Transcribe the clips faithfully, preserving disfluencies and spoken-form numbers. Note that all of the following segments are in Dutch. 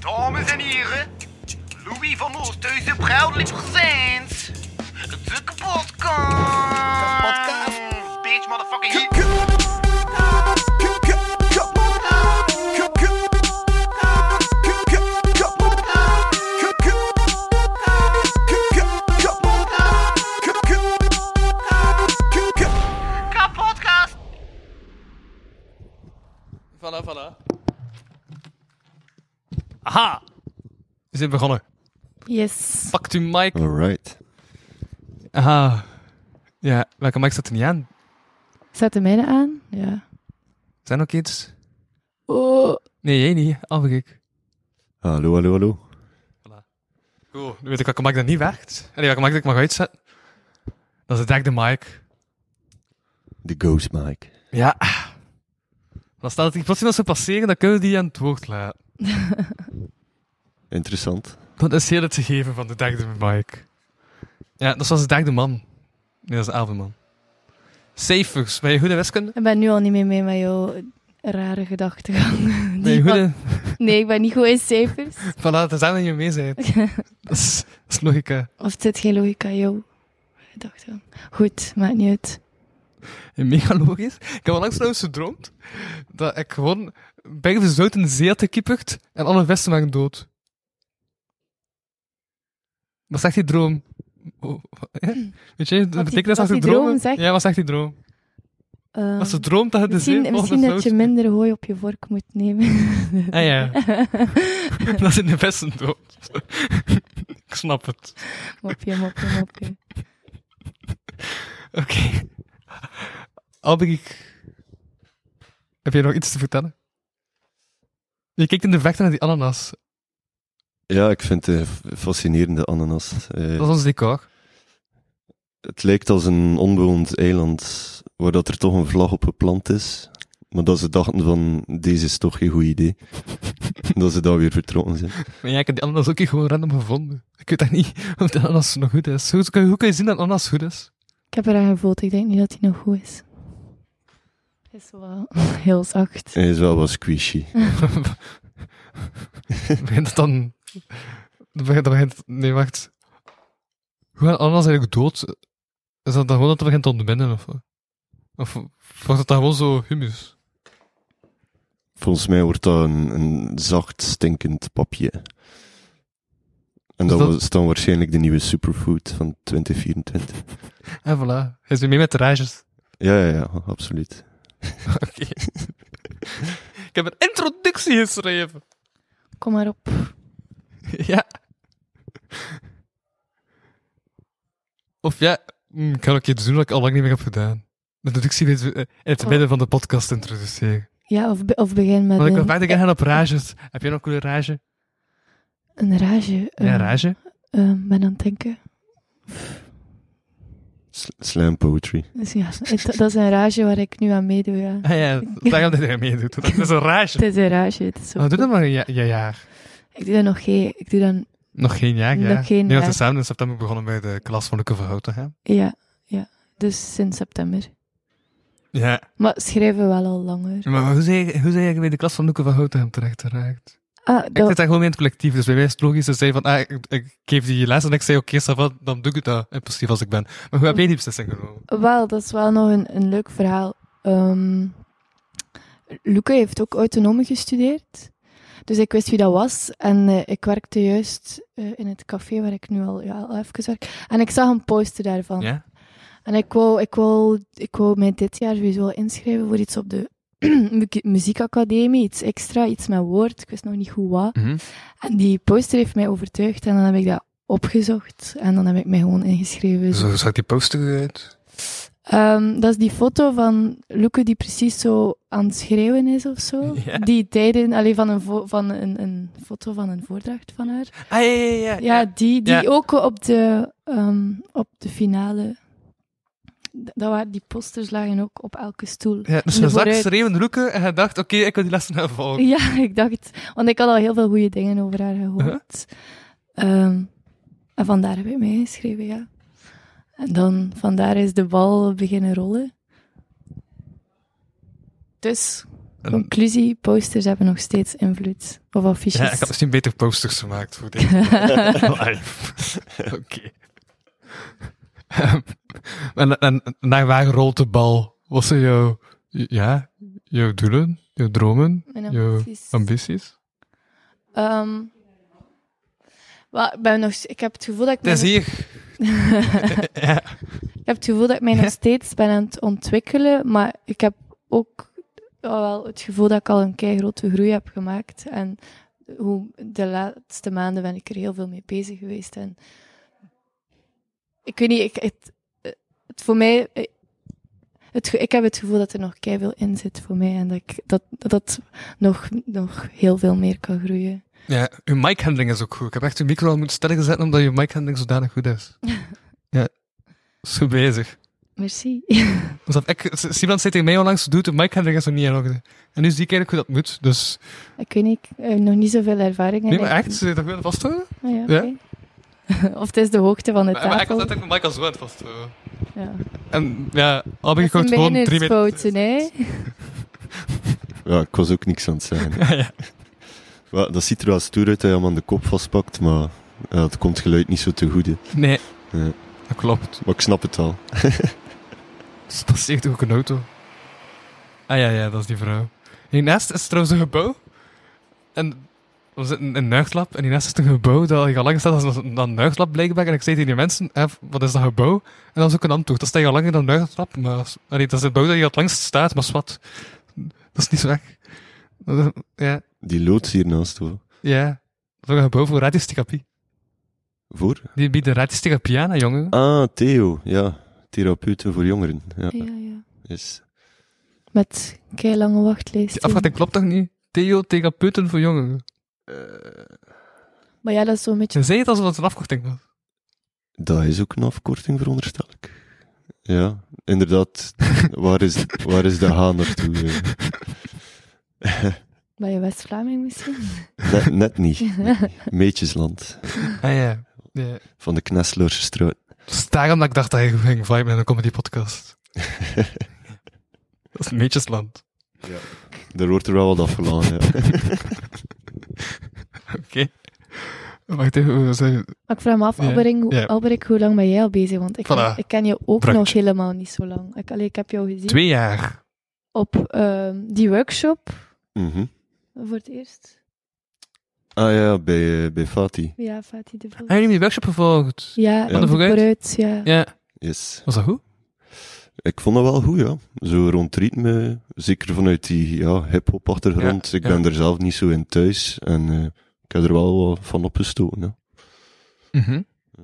Dames en heren, Louis van Oosthuizen proudly presents de kapotkast. Kapotkast. Bitch, motherfucking hit. Kapotkast. Voilà, voilà. Aha! We zijn begonnen. Yes. Pakt uw mic. Alright. Aha. Ja, welke mic staat er niet aan? Zet de mijne aan? Ja. Zijn er ook iets? Oh. Nee, jij niet. Af ik. Hallo, hallo, hallo. Cool. Nu weet ik welke mic dat niet werkt. En welke mic dat ik mag uitzetten. Dat is de derde mic. De ghost mic. Ja. Dan staat het die plotseling als ze passeren, dan kunnen we die aan het woord laten. Interessant. Dat is heel het gegeven van de derde mic. Ja, dat was de derde man. Nee, dat is de elfde man. Cijfers. Ben je goed in wiskunde? Ik ben nu al niet meer mee met jouw rare gedachtegang. Ben je Die goed van- in... Nee, ik ben niet goed in cijfers. Voilà, dat is aan dat je mee bent. Dat is, dat is logica. Of het zit geen logica in jouw gedachtegang. Goed, maakt niet uit. Mega logisch. Ik heb onlangs trouwens gedroomd dat ik gewoon bij de zout in de zee had gekieperd en alle vissen waren dood. Wat zegt die droom? Oh, hè? Weet je, dat Wat betekent die- dat ze wat die dromen? droom zegt? Ja, wat zegt die droom? Uh, Als ze droomt dat je de zee misschien vol misschien met dat je zout... minder hooi op je vork moet nemen. Ah ja, dat zijn de vissen dood. Ik snap het. Mopje, mopje, mopje. Oké. Okay. Alberic, heb jij nog iets te vertellen? Je kijkt in de verte naar die ananas. Ja, ik vind het een fascinerende ananas. Eh, Dat is ons decor. het lijkt als een onbewoond eiland, waar dat er toch een vlag op geplant is. Maar dat ze dachten van, deze is toch geen goed idee. Dat ze daar weer vertrokken zijn. Maar ja, ik heb die ananas ook gewoon random gevonden. Ik weet echt niet of de ananas nog goed is. Hoe kun je, hoe kun je zien dat ananas goed is? Ik heb eraan gevoeld. Ik denk niet dat hij nog goed is. Het is wel heel zacht. Hij is wel wat squishy. Begint het dan... Dan begint, dan begint... Nee, wacht. Hoe gaat ananas eigenlijk dood? Is dat dan gewoon dat het begint te ontbinden, of wat? Of wordt het dan gewoon zo humus? Volgens mij wordt dat een, een zacht, stinkend papje. En Dus dat, dat- was dan waarschijnlijk de nieuwe superfood van twintig vierentwintig. En voilà. Hij is weer mee met de rages. Ja, ja, ja, absoluut. Oké. Ik heb een introductie geschreven. Kom maar op. Ja. Of ja, hm, ik ga ook iets doen wat ik al lang niet meer heb gedaan. De introductie weet in het Oh. midden van de podcast introduceren. Ja, of, be- of begin met Want ik wil een, verder gaan op rages. Heb jij nog een coole rage? een rage. Ja, eh, rage? eh, ben aan het denken. S- slam poetry. Dus ja, het- dat is een rage waar ik nu aan meedoe, ja. Ah ja, daarom dat je meedoet. Dat is een rage. Het is een rage. Het is zo Oh, doe goed. dat maar een ja, ja, jaar. Ik doe dat nog geen... Ik doe dat... Nog geen jaar, ja. Nog geen nee, want we jaar. samen in september begonnen bij de klas van Luke Verhouten, hè? Ja, ja. Dus sinds september. Ja. Maar schrijven wel al langer. Maar hoe zei je, hoe zei je bij de klas van Luke Verhouten terecht geraakt? Ah, Ik dat, zit daar gewoon mee in het collectief, dus bij mij is het logisch. Ze zei van, ah, ik, ik geef die les en ik zei, oké, okay, dan doe ik dat, impulsief als ik ben. Maar hoe heb jij die beslissing genomen? wel, dat is wel nog een, een leuk verhaal. Ehm Luca heeft ook autonoom gestudeerd. Dus ik wist wie dat was. En eh, ik werkte juist eh, in het café waar ik nu al, ja, al even werk. En ik zag een poster daarvan. Ja? En ik wou, ik, wou, ik wou mij dit jaar sowieso inschrijven voor iets op de mu- muziekacademie. Iets extra, iets met woord. Ik wist nog niet goed wat. Mhm. En die poster heeft mij overtuigd. En dan heb ik dat opgezocht. En dan heb ik mij gewoon ingeschreven. Zo zag die poster eruit. Ehm, dat is die foto van Loeke die precies zo aan het schreeuwen is of zo. Ja. Die tijden, alleen van, een, vo- van een, een foto van een voordracht van haar. Ah, ja, ja, ja. Ja, die, die Ja. ook op de, ehm, op de finale. Dat waren, die posters lagen ook op elke stoel. Ja, dus In de je zag vooruit. schreeuwende Loeken en je dacht, oké, ik wil die lessen gaan volgen. Ja, ik dacht, want ik had al heel veel goede dingen over haar gehoord. Ehm, en vandaar heb ik mij ingeschreven, ja. En dan, vandaar is de bal beginnen rollen. Dus, Conclusie, posters hebben nog steeds invloed. Of affiches. Ja, ik had misschien beter posters gemaakt voor dit. Live. Oké. Okay. en, en naar waar rolt de bal? Wat zijn jouw, ja, jouw doelen, jouw dromen, Mijn jouw ambities. ambities? Um, wel, ik, ben nog, ik heb het gevoel dat ik... Dat is mij- hier. ja. Ik heb het gevoel dat ik mij nog steeds ben aan het ontwikkelen, maar ik heb ook wel het gevoel dat ik al een keigrote groei heb gemaakt. En hoe de laatste maanden ben ik er heel veel mee bezig geweest. En ik weet niet, ik, het, het voor mij... Het, ge- ik heb het gevoel dat er nog keiveel in zit voor mij en dat ik dat, dat, dat nog, nog heel veel meer kan groeien. Ja, uw mic-handling is ook goed. Ik heb echt uw micro al moeten sterker zetten, omdat je mic-handling zodanig goed is. Ja, zo bezig. Merci. Dus dat ik, Simon zei tegen mij onlangs, doet de mic-handling is nog niet in orde. En nu zie ik eigenlijk hoe dat moet, dus... Ik weet niet, ik heb nog niet zoveel ervaring in. Nee, maar Ik- echt, zou je dat willen vasthouden? Ah, ja, Ja? oké. Of het is de hoogte van de Maar, maar ik tafel. had net mijn mic al zo aan het vasthouden. Ja. En ja, al ben ik Dat ook zijn gewoon drie meter... beginnersfouten, hè. Ja, ik was ook niks aan het zeggen. ja. Ja, dat ziet er wel stoer uit dat je hem aan de kop vastpakt, maar ja, het komt geluid niet zo te goed. Hè. Nee, Ja. dat klopt. Maar ik snap het al. Het passeert ook een auto. Ah ja, ja, dat is die vrouw. Hiernaast is er trouwens een gebouw. En we zitten in een nuchtlab. En hiernaast is er een gebouw dat al lang staat als een, een nuchtlab blijkbaar. En ik zei tegen die mensen, hè, wat is dat gebouw? En dat is ook een antwoord. Dat staat al langer dan een nuchtlab. Maar allee, dat is het gebouw dat je het langst staat, maar wat. Dat is niet zo erg. Dat is- Ja, Die loods hiernaast, hoor. ja. Dat is ook een gebouw voor radiotherapie. Voor? Die bieden radiotherapie aan, hè, jongen. Ah, Theo, ja. Therapeuten voor jongeren. Ja, Ja, ja. yes. Met keilange Die wachtlijsten. afkorting klopt toch niet? Theo, therapeuten voor jongeren. Maar ja, dat is zo'n beetje... Je zei het alsof het een afkorting was. Dat is ook een afkorting, veronderstel ik. Ja, inderdaad. waar, is, waar is de H naartoe? eh? Ben je West-Vlaming misschien? Net, net niet. Meetjesland. Ah ja. ja. Van de Knesloorse straat. Het is daarom dat ik dacht dat hij ging viben in een comedy podcast. Dat is een Meetjesland. Daar wordt er wel wat afgeladen, ja. Oké. Okay. Wacht even, hoe zei je? Maar ik vraag me af, Ja, Alberik, hoe- ja. Alberik, hoe lang ben jij al bezig? Want ik, Voilà. ken, ik ken je ook Bruggetje. nog helemaal niet zo lang. Ik, allee, ik heb jou gezien Twee jaar. op ehm, die workshop Mhm. voor het eerst. Ah ja, bij, eh, bij Fatih. Ja, Fatih de Vos. Heb je niet die workshop gevolgd? Ja, Van en de de vooruit? vooruit, ja. Ja. Yes. Was dat goed? Ik vond dat wel goed, ja. Zo rond het ritme, zeker vanuit die ja, hip-hop achtergrond. Ja, ik ja. ben er zelf niet zo in thuis en eh, ik heb er wel wat van opgestoken. Ja. Mhm.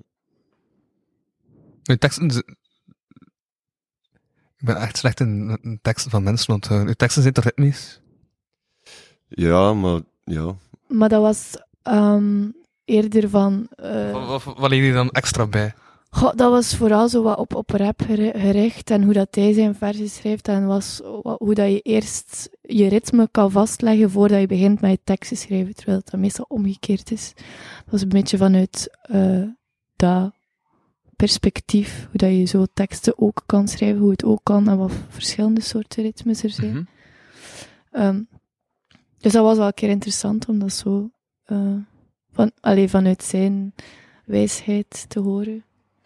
Uw teksten... z- Ik ben echt slecht in, in teksten van mensen onthouden. Uw teksten zijn toch ritmisch? ja, maar ja. Maar dat was ehm, eerder van... eh, Of, of wat leer je dan extra bij? goh, dat was vooral zo wat op, op rap geri- gericht en hoe dat hij zijn versen schrijft en was, wa- hoe dat je eerst je ritme kan vastleggen voordat je begint met je tekst te schrijven, terwijl dat meestal omgekeerd is. Dat was een beetje vanuit eh, dat perspectief, hoe dat je zo teksten ook kan schrijven, hoe het ook kan en wat verschillende soorten ritmes er zijn. Mhm. Ehm, dus dat was wel een keer interessant om dat zo eh, van, allee, vanuit zijn wijsheid te horen.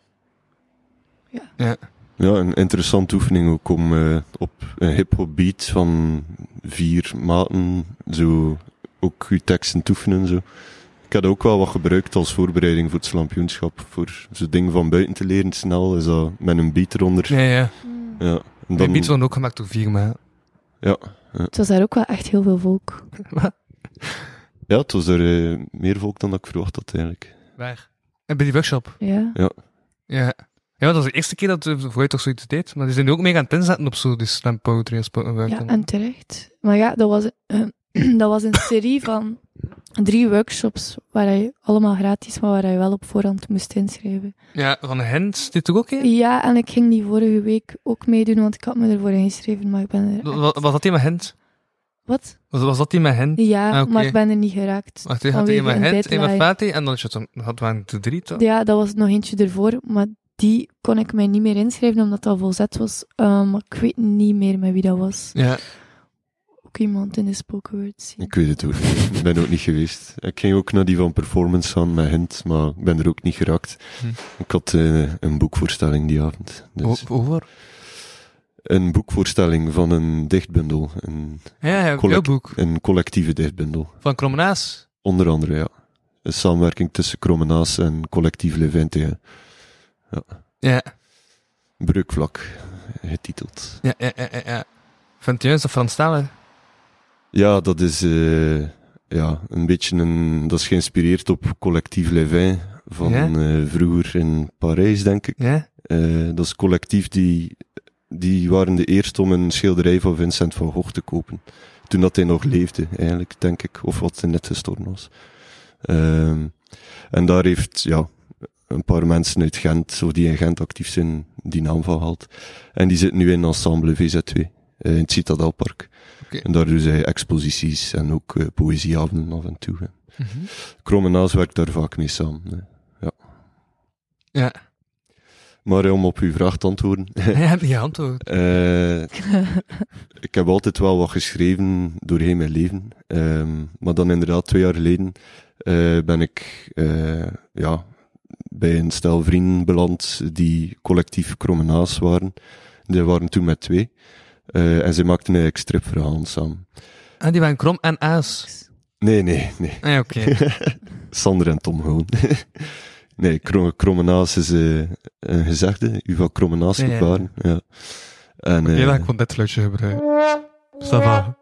Ja. Ja, een interessante oefening ook om eh, op een hip-hop beat van vier maten zo ook je teksten te oefenen. Zo. Ik heb dat ook wel wat gebruikt als voorbereiding voor het slampioenschap. Voor zo'n ding van buiten te leren snel, is dat met een beat eronder. Ja, ja. Ja, en Mijn dan, beats worden ook gemaakt door vier maanden. ja, Het was daar ook wel echt heel veel volk. ja, het was er eh, meer volk dan dat ik verwacht had eigenlijk. Waar? En bij die workshop? Ja. Ja. Ja, dat was de eerste keer dat de Vooruit toch zoiets deed. Maar die zijn nu ook mee aan het inzetten op zo die slam poetry en spoken word. Ja, en terecht. Maar ja, dat was, eh, dat was een serie van drie workshops, waar je allemaal gratis, maar waar je wel op voorhand moest inschrijven. Ja, van Hens, dit toch ook, hè? Ja, en ik ging die vorige week ook meedoen, want ik had me ervoor ingeschreven, maar ik ben er... echt- Was, was dat die met Hens? Wat? Was, was dat die met Hens? Ja, Ah, oké. maar ik ben er niet geraakt. Wacht, die had die vanwege met een Hens, een met deadline. Fatih, en dan had we het waren er drie, toch? Ja, dat was nog eentje ervoor, maar die kon ik mij niet meer inschrijven, omdat dat volzet was. Uh, maar ik weet niet meer met wie dat was. Ja. Oké, iemand in de spoken word zien. Ik weet het ook niet. Ik ben ook niet geweest. Ik ging ook naar die van Performance gaan met Hint, maar ik ben er ook niet geraakt. Hm. Ik had uh, een boekvoorstelling die avond. Dus. O- over? Een boekvoorstelling van een dichtbundel. Een, Ja, ja, collect- jouw boek. een collectieve dichtbundel. Van Kromenaas. Onder andere, ja. Een samenwerking tussen Kromenaas en Collectief Le vingt et un. Ja. Ja. Breukvlak, getiteld. Ja, ja, ja, ja. ja. Vind je juist dat Franstalig? Ja, dat is uh, ja, een beetje een... Dat is geïnspireerd op Collectief Le Vin van Ja? uh, vroeger in Parijs, denk ik. Ja? Uh, dat is collectief die... Die waren de eerste om een schilderij van Vincent van Gogh te kopen. Toen dat hij nog leefde, eigenlijk, denk ik. Of wat hij net gestorven was. Um, en daar heeft, ja, een paar mensen uit Gent, of die in Gent actief zijn, die naam van gehaald. En die zitten nu in Ensemble V Z twee, uh, in het Citadelpark. Okay. En daar doen zij exposities en ook uh, poëzieavonden af en toe. Mm-hmm. Kromenaas werkt daar vaak mee samen. Hè. Ja. Ja. Maar om op uw vraag te antwoorden. Je hebt niet geantwoord. Uh, ik heb altijd wel wat geschreven doorheen mijn leven. Um, maar dan inderdaad, twee jaar geleden, uh, ben ik, uh, ja, bij een stel vrienden beland die collectief Kromenaas waren. Die waren toen met twee. Uh, en ze maakten eigenlijk stripverhalen samen. En die waren Krom en Aas. Nee, nee, nee. Ah, oké. Okay. Sander en Tom gewoon. Nee, Kromenaas is uh, een gezegde. U van Kromenaas ja, verklaren. Ja. Ja. En, Oké, uh, dan ik van dit fluitje gebruiken. Ça va.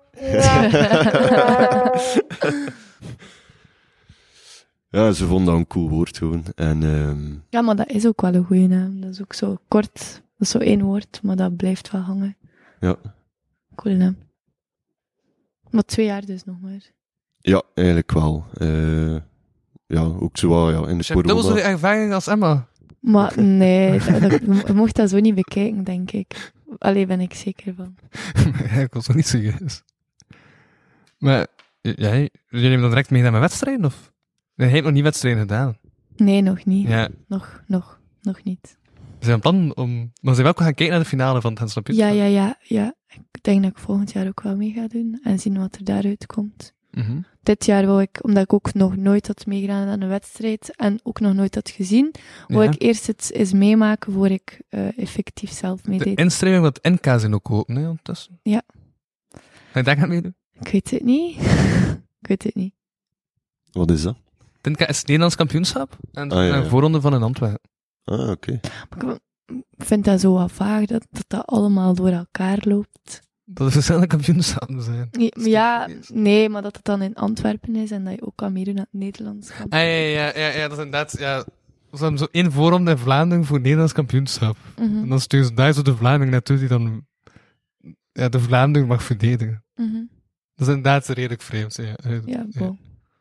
Ja, ze vonden dat een cool woord gewoon. En, um... Ja, maar dat is ook wel een goede naam. Dat is ook zo kort. Dat is zo één woord, maar dat blijft wel hangen. Ja. Coole naam. Maar twee jaar dus nog maar. Ja, eigenlijk wel. Uh, ja, ook zo wel, ja, in de dus je hebt dubbel zoveel ervaring als Emma. Maar nee, dat, dat, je mocht dat zo niet bekijken, denk ik. Allee, ben ik zeker van. Ja, ik was nog niet serieus. Maar, jij, jullie hebben dan direct mee naar mijn wedstrijden, of? Je hebt nog niet wedstrijden gedaan. Nee, nog niet. Ja. Nog, nog, nog niet. We zijn van plan om... Maar zijn we ook gaan kijken naar de finale van het Hens Ja, ja, ja, ja. Ik denk dat ik volgend jaar ook wel mee ga doen. En zien wat er daaruit komt. Mm-hmm. Dit jaar wou ik, omdat ik ook nog nooit had meegedaan aan een wedstrijd en ook nog nooit had gezien, wou Ja. ik eerst het eens meemaken voor ik uh, effectief zelf meedeed. De inschrijving van het N K zijn ook open, hè, ondertussen. Ja. Ga je daar gaan meedoen? Ik weet het niet. Ik weet het niet. Wat is dat? Het N K is het Nederlands kampioenschap. En Ah, ja, ja. een voorronde van in Antwerpen. Ah, oké. Okay. Ik vind dat zo wat vaag, dat, dat dat allemaal door elkaar loopt. Dat er verschillende kampioenschappen zijn. Ja, nee, maar dat het dan in Antwerpen is en dat je ook kan meedoen aan het Nederlands kampioenschap. Ah, ja, ja, ja, ja, dat is inderdaad... Ja, we hebben zo één voorronde in Vlaanderen voor het Nederlands kampioenschap. Mm-hmm. En dan sturen ze daar zo de Vlaming naartoe die dan ja, de Vlaanderen mag verdedigen. Mm-hmm. Dat is inderdaad redelijk vreemd. Ja, Ja, ja. bon.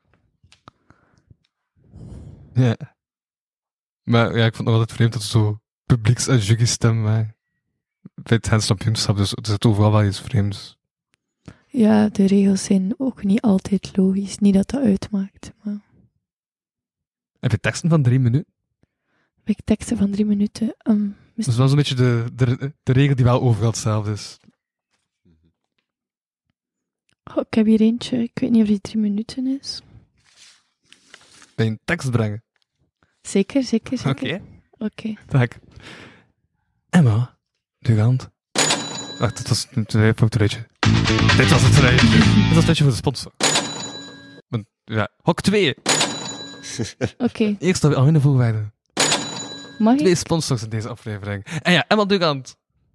Ja. Maar ja, ik vond het altijd vreemd dat er zo publieks- en jurystem waren. Bij het Hens kampioenschap, dus er zit overal wel iets vreemds. Ja, de regels zijn ook niet altijd logisch. Niet dat dat uitmaakt. Maar... Heb je teksten van drie minuten? Heb ik teksten van drie minuten? Um, Dat is wel zo'n beetje de, de, de regel die wel overal hetzelfde is. Oh, ik heb hier eentje. Ik weet niet of die drie minuten is. Bij een tekst brengen. Zeker, zeker, zeker. Oké. Okay. Oké. Okay. Dank. Emma, de hand. Wacht, dat was een foutreetje. Dit was het rijtje. Dit was het rijtje voor de sponsor. Want, ja, hok twee. Oké. Okay. Eerst alweer al in de voorwaarden. Mag Twee ik? sponsors in deze aflevering. En ja, Emma de hand.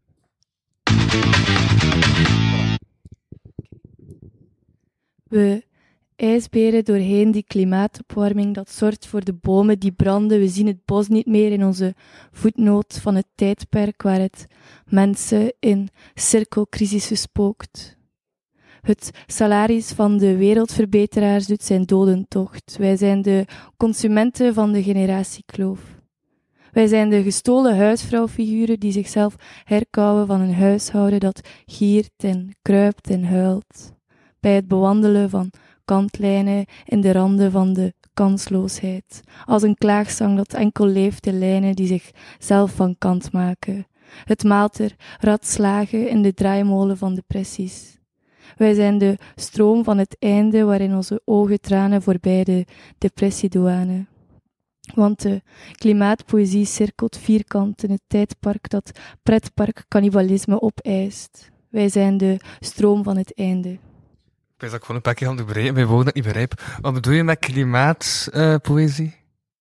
We ijsberen doorheen die klimaatopwarming dat zorgt voor de bomen die branden. We zien het bos niet meer in onze voetnoot van het tijdperk waar het mensen in cirkelcrisissen spookt. Het salaris van de wereldverbeteraars doet zijn dodentocht. Wij zijn de consumenten van de generatiekloof. Wij zijn de gestolen huisvrouwfiguren die zichzelf herkauwen van een huishouden dat giert en kruipt en huilt. Bij het bewandelen van kantlijnen in de randen van de kansloosheid. Als een klaagzang dat enkel leeft de lijnen die zichzelf van kant maken. Het maalt er radslagen in de draaimolen van depressies. Wij zijn de stroom van het einde waarin onze ogen tranen voorbij de depressiedouane. Want de klimaatpoëzie cirkelt vierkant in het tijdpark dat pretpark cannibalisme opeist. Wij zijn de stroom van het einde. Ik weet dat ik gewoon een paar keer aan het begrijpen, bij woorden dat ik niet begrijp. Wat bedoel je met klimaatpoëzie?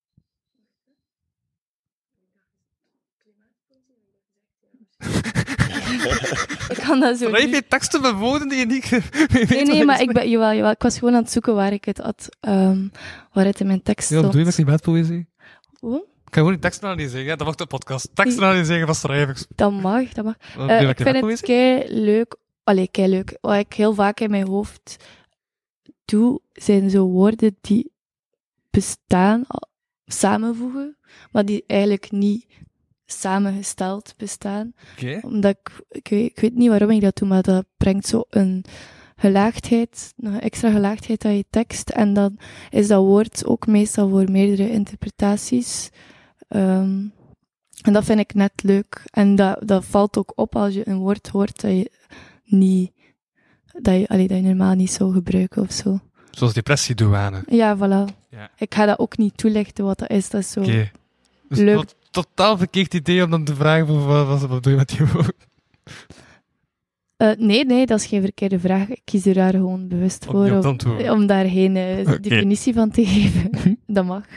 Ik kan dat zo Schrijf niet... je teksten met woorden die je niet... Nee, nee, maar ik, ben, jawel, jawel, ik was gewoon aan het zoeken waar ik het had, um, waar het in mijn tekst Ja, wat stond. bedoel je met klimaatpoëzie? Hoe? Ik kan gewoon die teksten analyseren, ja, dat mag de podcast. Teksten analyseren van schrijvers. Dat mag, dat mag. Wat bedoel Uh, je met ik vind het klimaatpoëzie? kei leuk. Allee, kei leuk. Wat ik heel vaak in mijn hoofd doe, zijn zo woorden die bestaan, al- samenvoegen, maar die eigenlijk niet samengesteld bestaan. Oké. Omdat ik, ik, weet, ik weet niet waarom ik dat doe, maar dat brengt zo een gelaagdheid, nog een extra gelaagdheid aan je tekst. En dan is dat woord ook meestal voor meerdere interpretaties. Um, en dat vind ik net leuk. En dat, dat valt ook op als je een woord hoort dat je niet, dat je, allee, dat je normaal niet zou gebruiken of zo. Zoals depressiedouane. Ja, voilà. Ja. Ik ga dat ook niet toelichten wat dat is. Dat is zo... Oké. Dus Leuk. tot- totaal verkeerd idee om dan te vragen van wat, wat, wat doe je met die woorden? Uh, nee, nee, dat is geen verkeerde vraag. Ik kies er daar gewoon bewust Om voor. niet op om- te antwoorden. Om daar geen uh, Oké. definitie van te geven. Dat mag.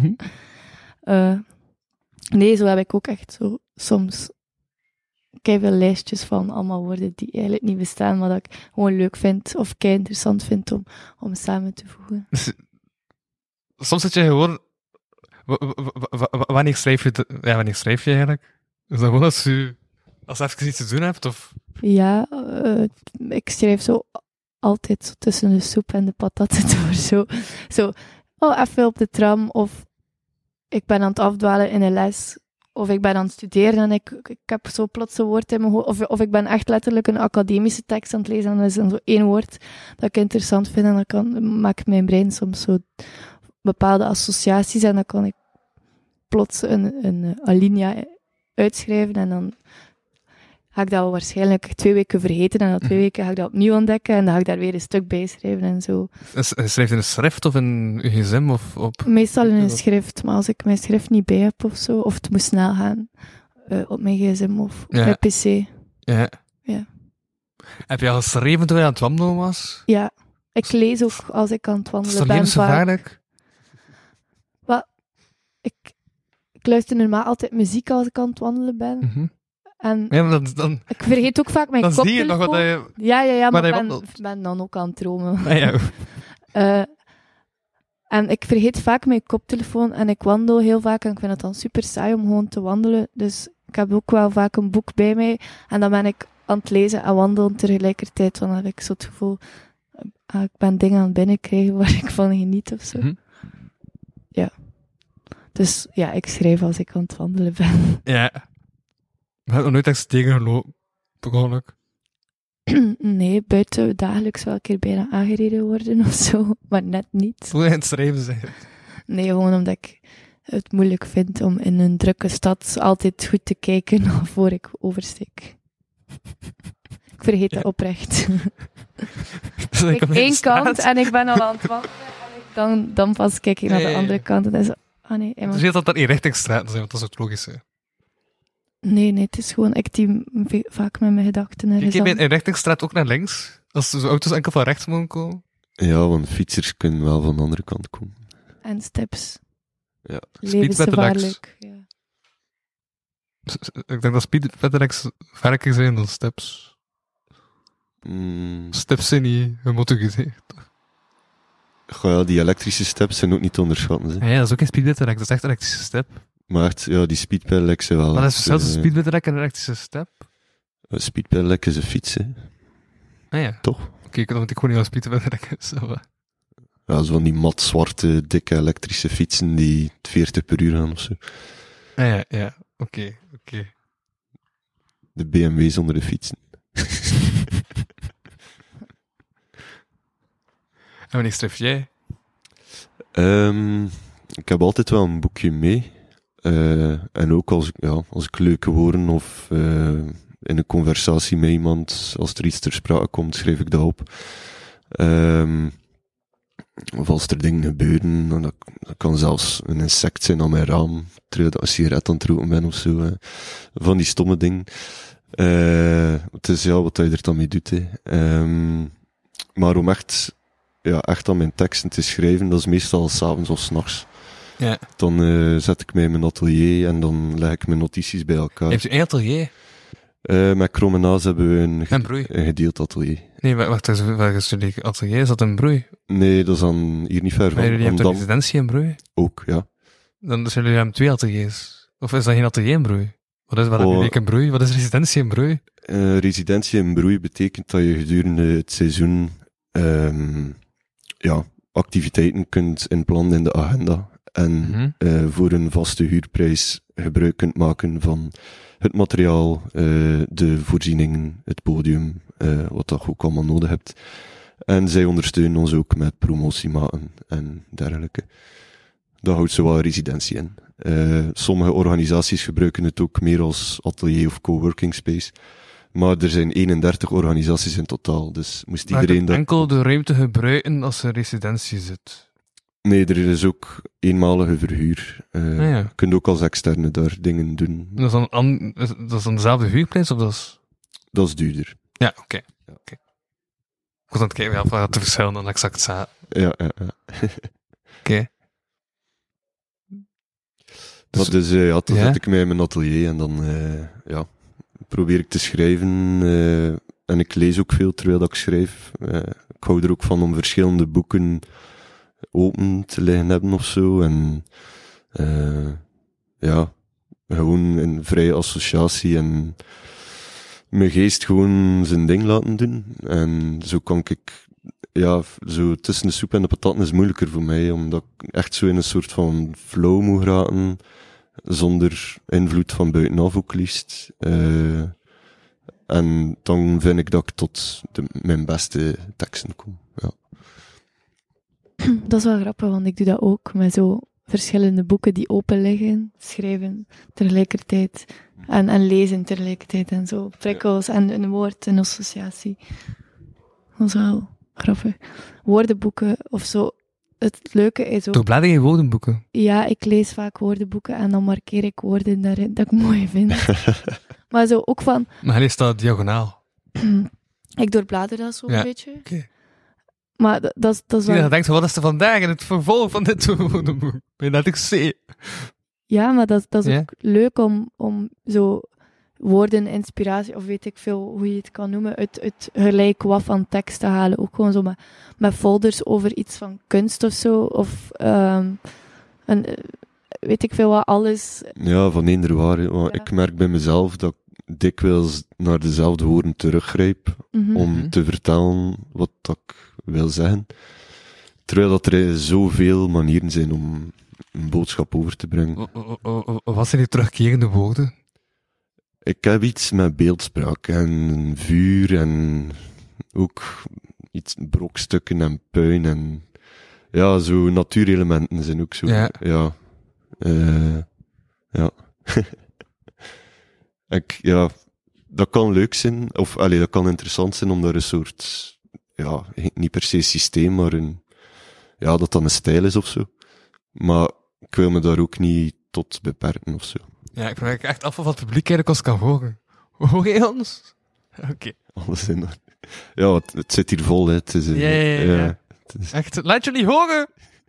Uh, nee, zo heb ik ook echt zo soms veel lijstjes van allemaal woorden die eigenlijk niet bestaan, maar dat ik gewoon leuk vind of kei interessant vind om, om samen te voegen. Dus, soms zit je gewoon... w- w- w- w- wanneer schrijf je... de- ja, wanneer schrijf je eigenlijk? Is dat gewoon als je... Als je even iets te doen hebt, of... Ja, uh, ik schrijf zo altijd zo tussen de soep en de patatten door. Zo, zo, oh, even op de tram, of ik ben aan het afdwalen in een les, of ik ben aan het studeren en ik, ik heb zo plots een woord in mijn hoofd, of, of ik ben echt letterlijk een academische tekst aan het lezen en er is dan zo één woord dat ik interessant vind en dan kan, maakt mijn brein soms zo bepaalde associaties en dan kan ik plots een, een alinea uitschrijven en dan ga ik dat wel waarschijnlijk twee weken vergeten en na twee weken ga ik dat opnieuw ontdekken en dan ga ik daar weer een stuk bij schrijven en zo. Is- Schrijf je in een schrift of in je gsm of op... Meestal in een schrift, maar als ik mijn schrift niet bij heb of zo, of het moet snel gaan, uh, op mijn gsm of op Ja. mijn pc. Ja. Ja. Heb je al geschreven toen je aan het wandelen was? Ja, ik lees ook als ik aan het Is wandelen dat ben. levensgevaarlijk? Ik, ik luister normaal altijd muziek als ik aan het wandelen ben. Mhm. En Ja, maar dan, dan, ik vergeet ook vaak mijn dan zie je koptelefoon. nog wat je... Ja, ja, ja, maar waar ik je ben, wandelt. ben dan ook aan het dromen. Ah, ja. Uh, en ik vergeet vaak mijn koptelefoon en ik wandel heel vaak en ik vind het dan super saai om gewoon te wandelen. Dus ik heb ook wel vaak een boek bij mij en dan ben ik aan het lezen en wandelen tegelijkertijd. Want dan heb ik zo het gevoel, uh, ik ben dingen aan het binnenkrijgen waar ik van geniet of zo. Mhm. Dus ja, ik schrijf als ik aan het wandelen ben. Ja. Ik heb nog nooit echt tegengelopen. Begonnen. Nee, buiten dagelijks wel een keer bijna aangereden worden of zo, maar net niet. Hoe je aan het schrijven zijn. Nee, gewoon omdat ik het moeilijk vind om in een drukke stad altijd goed te kijken voor ik oversteek. Ik vergeet dat Ja. oprecht. Dus dan Ik kom je in de één kant straat. en ik ben al aan het wandelen en ik dan, dan pas kijk ik naar Ja, de ja, ja. andere kant en dan is het, ah nee, Het Emma. is niet dat dat niet richtingstraten zijn, want dat is ook logisch. Hè. nee, nee, het is gewoon ik die m- ve- vaak met mijn gedachten Kijk ergens je bij aan. een richtingstraat ook naar links? Als de auto's enkel van rechts mogen komen? Ja, want fietsers kunnen wel van de andere kant komen. En steps. Ja. Levensgevaarlijk. Ja. S- s- Ik denk dat speedpedelecs vaker zijn dan steps. Mm, Steps zijn niet gemotoriseerd. goh, ja, die elektrische steps zijn ook niet te onderschatten. Hè. Ja, ja, dat is ook geen speedpedelec, dat is echt een elektrische step. Maar echt, ja, die speedpedelec zijn wel... Maar dat is zelfs een eh, speedpedelec en een elektrische step. een speedpedelec is een fiets, hè. Ah ja. Toch? Oké, dan moet ik gewoon niet aan speedpedelec. Zo, Ja, zo van die mat zwarte, dikke elektrische fietsen die veertig per uur gaan of zo. ah ja, ja. Oké, oké. De B M W zonder de fietsen. En wanneer schrijf jij? Ehm, ik heb altijd wel een boekje mee. Eh, en ook als, ik- ja, als ik leuke woorden of eh, in een conversatie met iemand, als er iets ter sprake komt, schrijf ik dat op. Um, of als er dingen gebeuren, dan dat, dat kan zelfs een insect zijn aan mijn raam, terwijl ik een sigaret aan het roken ben of zo. Hè. Van die stomme dingen. Uh, het is ja, wat je er dan mee doet. Hè. Um, maar om echt, ja, echt aan mijn teksten te schrijven, dat is meestal 's avonds of 's nachts. Ja. Dan uh, zet ik mij in mijn atelier en dan leg ik mijn notities bij elkaar. Heeft u een atelier? Uh, met Kromme Naas hebben we een, En broei? een gedeeld atelier. Nee, wacht, waar is jullie atelier? Is dat een broei? Nee, dat is dan hier niet ver van. Maar jullie hebben Dam een residentie in broei? ook, ja. Dan dus jullie hebben twee ateliers. Of is dat geen atelier in broei? Wat is, wat Oh. heb je in broei? Wat is residentie in broei? Uh, residentie in broei betekent dat je gedurende het seizoen um, ja, activiteiten kunt inplannen in de agenda. En Mhm. uh, voor een vaste huurprijs gebruik kunt maken van het materiaal, uh, de voorzieningen, het podium, uh, wat dat je ook allemaal nodig hebt. En zij ondersteunen ons ook met promotiematen en dergelijke. Dat houdt zo wel residentie in. Uh, sommige organisaties gebruiken het ook meer als atelier of coworking space. Maar er zijn eenendertig organisaties in totaal, dus moest Maar je iedereen kunt dat... enkel de ruimte gebruiken als er residentie zit. Nee, er is ook eenmalige verhuur. Uh, Ah, ja. Je kunt ook als externe daar dingen doen. Dat is dan, an, is- dat is dan dezelfde huurprijs, of dat is... Dat is duurder. Ja, oké. Ja. Oké. Ik was aan het kijken, ja, wat de verschillen dan exact zijn. Ja, ja, ja. Oké. Dus- Maar dus, uh, ja, dan Ja? zet ik mij in mijn atelier en dan, uh, ja, probeer ik te schrijven. Uh, en ik lees ook veel terwijl dat ik schrijf. Uh, ik hou er ook van om verschillende boeken open te liggen hebben of zo. En, uh, ja, gewoon in vrije associatie en mijn geest gewoon zijn ding laten doen. En zo kan ik, ja, zo tussen de soep en de patatten is moeilijker voor mij, omdat ik echt zo in een soort van flow moet geraken, zonder invloed van buitenaf ook liefst. Uh, en dan vind ik dat ik tot de, mijn beste teksten kom. Ja. Dat is wel grappig, want ik doe dat ook met zo verschillende boeken die open liggen, schrijven tegelijkertijd en, en lezen tegelijkertijd en zo. Prikkels en een woord, een associatie. Dat is wel grappig. Woordenboeken of zo. Het leuke is ook... Toch blader je woordenboeken? Ja, ik lees vaak woordenboeken en dan markeer ik woorden daarin dat ik mooi vind. Maar zo ook van... Maar hij leest dat diagonaal. Ik doorblader dat zo Ja, een beetje. oké. Maar dat, dat, is- dat is Iedereen wel... denkt, wat is er vandaag in het vervolg van dit woordenboek? Ben je dat ik zie? Ja, maar dat, dat is Ja. ook leuk om, om zo woorden, inspiratie, of weet ik veel hoe je het kan noemen, uit, uit gelijk wat van tekst te halen. Ook gewoon zo met, met folders over iets van kunst of zo. Of um, een, eh, weet ik veel wat, alles. Ja, van eender waar. hè. Want Ja. ik merk bij mezelf dat ik dikwijls naar dezelfde woorden teruggrijp Mhm. om Mhm. te vertellen wat dat ik wil zeggen. Terwijl dat er zoveel manieren zijn om een boodschap over te brengen. W- w- w- w- Wat zijn die terugkerende woorden? Ik heb iets met beeldspraak en vuur en ook iets brokstukken en puin en ja, zo natuurelementen zijn ook zo. Ja. Ja. Eh, ja. ik, ja, dat kan leuk zijn, of allee, dat kan interessant zijn om daar een soort, ja, niet per se systeem, maar een, ja, dat dan een stijl is of zo. Maar ik wil me daar ook niet tot beperken of zo. Ja, ik vraag me echt af of het publiek eigenlijk ons kan horen. Hoor je ons? Oké. Alles in orde. Ja, het, het zit hier vol, hè. Het is, een- Ja, ja, ja, ja. het is- Echt, laat jullie horen!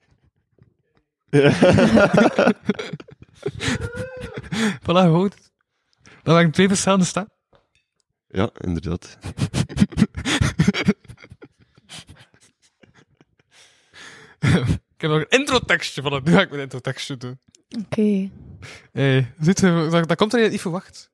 Voilà, goed. Dan waren twee verschillende staan. ja, inderdaad. Ik heb nog een introtekstje van het. Nu ga ik mijn introtekstje doen. Oké. Hey, ziet je, dat, dat komt er niet verwacht.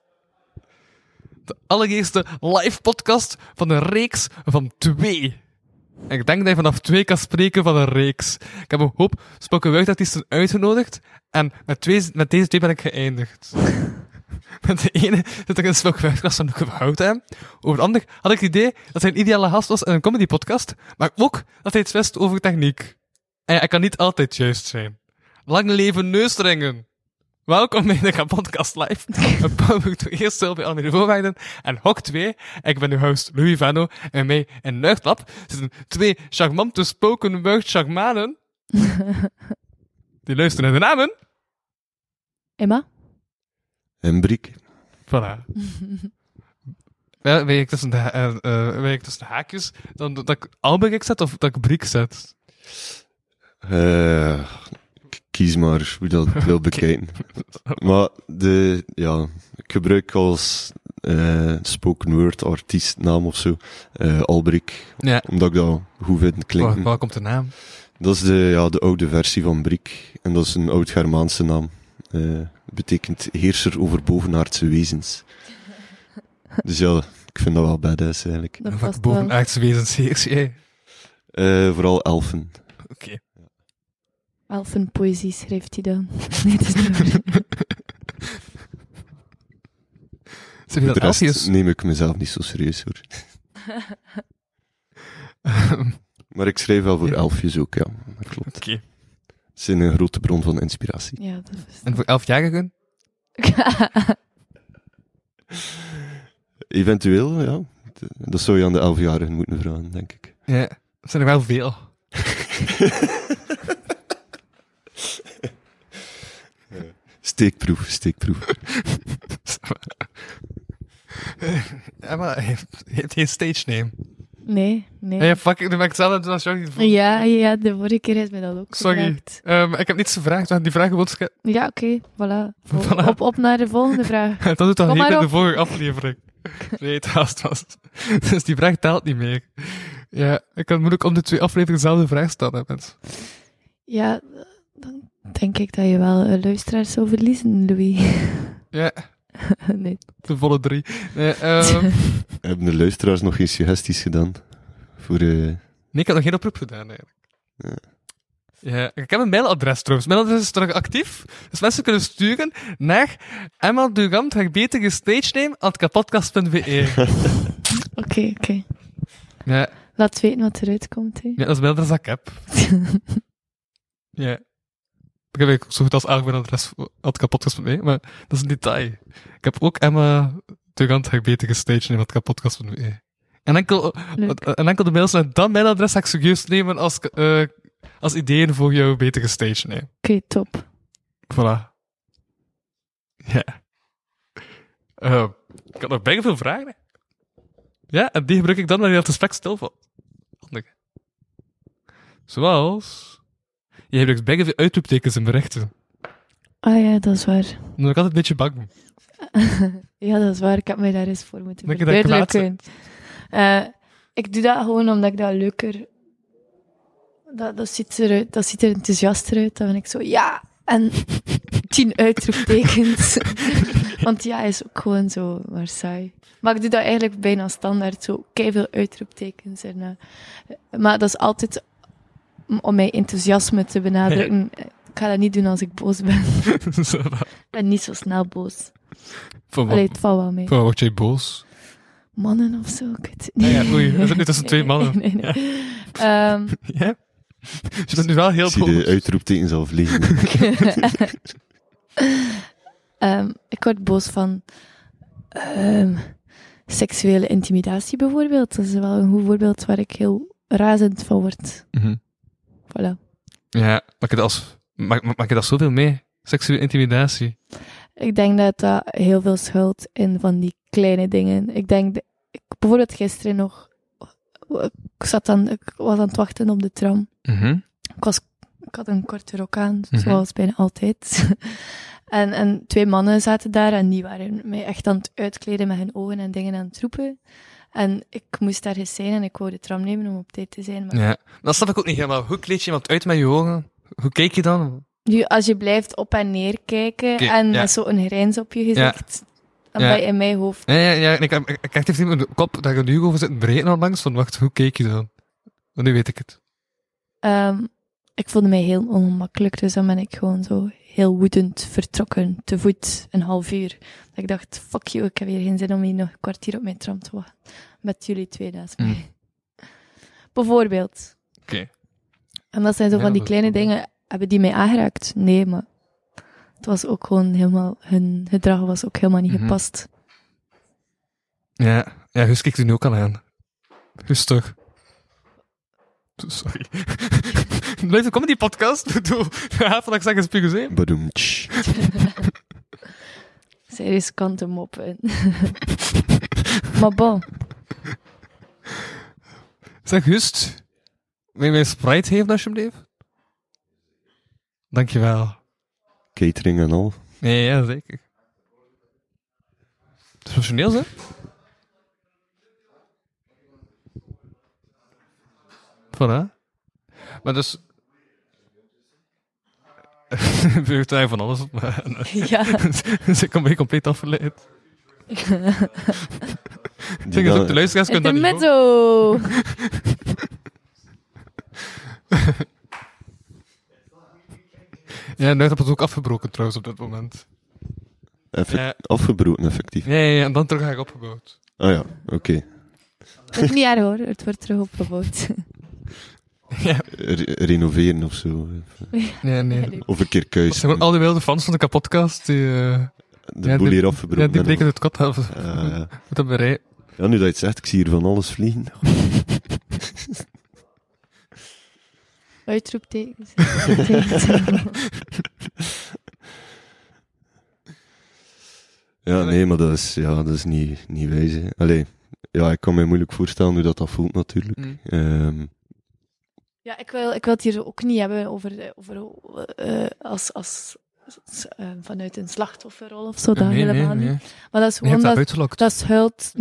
De allereerste live podcast van een reeks van twee. En ik denk dat je vanaf twee kan spreken van een reeks. Ik heb een hoop spoken word-artiesten uitgenodigd. En met, twee, met deze twee ben ik geëindigd. Met de ene zit ik in een spoken word-klas van Luke Houten. Over de ander had ik het idee dat hij een ideale gast was in een comedy-podcast. Maar ook dat hij iets wist over techniek. En ja, ik kan niet altijd juist zijn. Lang leven neusringen. Welkom bij de Kapodcast Live. Een poging toe eerst stil bij alle voorwaarden. En hok twee. Ik ben uw host Louis Vano. En mij in Nuchtlab zitten twee charmante spoken word charmanen. Die luisteren naar de namen. Emma? En Briek. Voilà. Wel, weet ik tussen de, uh, uh, weet ik tussen de haakjes dan dat ik Alberik zet of dat ik Briek zet? Uh, kies maar hoe dat ik wil bekijken. Maar de, ja, ik gebruik als uh, spoken word artiestnaam of zo, uh, Albrik, Ja. omdat ik dat goed vind klinken. Waar, waar komt de naam? Dat is de, ja, de oude versie van Briek, en dat is een oud-Germaanse naam. Uh, betekent heerser over bovenaardse wezens. Dus ja, ik vind dat wel badass eigenlijk. Dat Wat past wel. bovenaardse wezens heers jij? Uh, vooral elfen. Oké. Okay. Elfenpoëzie schrijft hij dan. Nee, het is niet waar. Zeg je dat De rest elfjes? neem ik mezelf niet zo serieus hoor. Maar ik schrijf wel voor Ja. elfjes ook, ja. Dat klopt. Oké. Okay. Ze zijn een grote bron van inspiratie. Ja, dat is... En voor elfjarigen? Eventueel, ja. Dat zou je aan de elfjarigen moeten vragen, denk ik. Ja, dat zijn er wel veel. Steekproef, steekproef. Emma heeft, heeft geen stage name. Nee, nee. Hey, fuck, ik doe ik zelf dat sorry. Ja, ja, de vorige keer heeft mij dat ook Sorry. gevraagd. Um, ik heb niets gevraagd, we gaan die vraag gewoon ske- Ja, oké, okay, voilà. Vol- Voilà. Op, op naar de volgende vraag. Dat doet toch Kom niet maar in de op. vorige aflevering. Nee, het was, het was. Dus die vraag telt niet meer. Ja, ik kan moeilijk om de twee afleveringen dezelfde vraag stellen, hè, mensen. Ja, dan denk ik dat je wel uh, luisteraars zou verliezen, Louis. Ja, Nee. de volle drie. Nee, um, Hebben de luisteraars nog geen suggesties gedaan? Voor, uh... nee, ik heb nog geen oproep gedaan, eigenlijk. Ja. Ja, ik heb een mailadres trouwens. Mijn mailadres is terug actief. Dus mensen kunnen sturen naar emma durant haar betere stage name at kapodcast punt b e. Oké, oké. Okay. Ja, Laat weten wat eruit komt, hè. ja, dat is mijn mailadres dat ik heb. Ja. Ik heb eigenlijk zo goed als elk mailadres at kapodcast punt b e, maar dat is een detail. Ik heb ook Emma durant haar betere stage name at kapodcast punt b e. En enkel, Leuk. en enkel de mails naar dat mailadres ga ik serieus nemen als, uh, als ideeën voor jouw betere stage name. Oké, okay, top. Voilà. Ja. Uh, ik had nog bijna veel vragen. Hè. Ja, en die gebruik ik dan wanneer het gesprek stilvalt. Handig. Zoals... Je gebruikt bijna veel uitroeptekens in berichten. Ah ja, dat is waar. Dan ben ik altijd een beetje bang. Ja, dat is waar. Ik heb mij daar eens voor moeten Denk je dat ik verduidelijken. Uh, ik doe dat gewoon omdat ik dat leuker... Dat, dat, ziet eruit, dat ziet er enthousiaster uit. Dan ben ik zo, ja, en tien uitroeptekens. Want ja, is ook gewoon zo maar saai. Maar ik doe dat eigenlijk bijna standaard, zo keiveel uitroeptekens. En, uh, maar dat is altijd om mijn enthousiasme te benadrukken. Ja. Ik ga dat niet doen als ik boos ben. Ik ben niet zo snel boos. Van wat, Allee, het valt wel mee. Van wat word jij boos? Mannen of zo, ik weet het niet. Ah ja, oei, we zitten nu tussen twee mannen. Nee, nee, nee. Ja. Um, ja? Je bent nu wel heel Ik zie boos. de uitroeptekens al vliegen. um, ik word boos van um, seksuele intimidatie bijvoorbeeld. Dat is wel een goed voorbeeld waar ik heel razend van word. Mm-hmm. Voilà. Ja, maak je dat, als, maak, maak je dat zoveel mee? Seksuele intimidatie? Ik denk dat dat heel veel schuilt in van die kleine dingen. Ik denk, de, ik, bijvoorbeeld gisteren nog, ik, zat aan, ik was aan het wachten op de tram. Mm-hmm. Ik, was, ik had een korte rok aan, Mm-hmm. zoals bijna altijd. en, en twee mannen zaten daar en die waren mij echt aan het uitkleden met hun ogen en dingen aan het roepen. En ik moest daar eens zijn en ik wou de tram nemen om op tijd te zijn. Maar Ja, dat snap ik ook niet helemaal. Hoe kleed je iemand uit met je ogen? Hoe kijk je dan? nu, als je blijft op en neer kijken Okay, en ja. met zo'n grijns op je gezicht, dan Ja. ben je in mijn hoofd. Ja, ja, ja. Ik, ik, ik krijg even in de kop dat je nu over zit breken onlangs. Van, wacht, hoe keek je dan? Want nu weet ik het. Um, ik voelde mij heel ongemakkelijk, dus dan ben ik gewoon zo heel woedend vertrokken, te voet, een half uur. Dat ik dacht, fuck you, ik heb hier geen zin om hier nog een kwartier op mijn tram te wachten. Met jullie twee naast mij. Mm. Bijvoorbeeld. Oké. En dat zijn zo Ja, van die dat- kleine dingen, hebben die mij aangeraakt? Nee, maar het was ook gewoon helemaal, hun gedrag was ook helemaal niet Mhm. gepast. Ja, ja, Guus kijkt u nu ook al aan. Guus toch? Sorry. Blijf een comedy podcast. Ik bedoel, ja, vandaag zeg eens Puguzee. Badoem, tsch. Zij riskante moppen. Maar bon. Zeg, Gust, wil je mij een Sprite geven alsjeblieft? Dankjewel. Catering en al. Nee, ja, zeker. Het is professioneel, hè? Voilà. Maar dus... Je daar van alles op, maar... Ja. Dus ik ben compleet afgeleid. Die Zeg eens dan- ook, de luisteraars kunnen dat niet horen. Intermezzo! Ja, nu heb het ook afgebroken trouwens op dit moment. Effect- Ja. Afgebroken, effectief. Ja, ja, ja, en dan terug ga ik opgebouwd. Ah ja, oké. Het is niet erg hoor, het wordt terug opgebouwd. Ja, Re- renoveren of zo. nee, nee. Of een keer Dat kuis. zijn gewoon al die wilde fans van de kapotkast die... eh, De ja, boel die- hier ja, afgebroken. die en bleken al. het kot hebben. Ah, ja. Moet dat bereiden. Ja, nu dat je het zegt, ik zie hier van alles vliegen. Uitroeptekens. Ja, nee, maar dat is, ja, dat is niet, niet wijs. Hè. Allee, ja, ik kan me moeilijk voorstellen hoe dat, dat voelt natuurlijk. Mm. Ehm, Ja, ik wil, ik wil het hier ook niet hebben over, over eh, als, als eh, vanuit een slachtofferrol of zo, dat nee, helemaal nee, niet. nee. Maar dat is Je hebt gewoon dat dat, uitgelokt. dat is hult.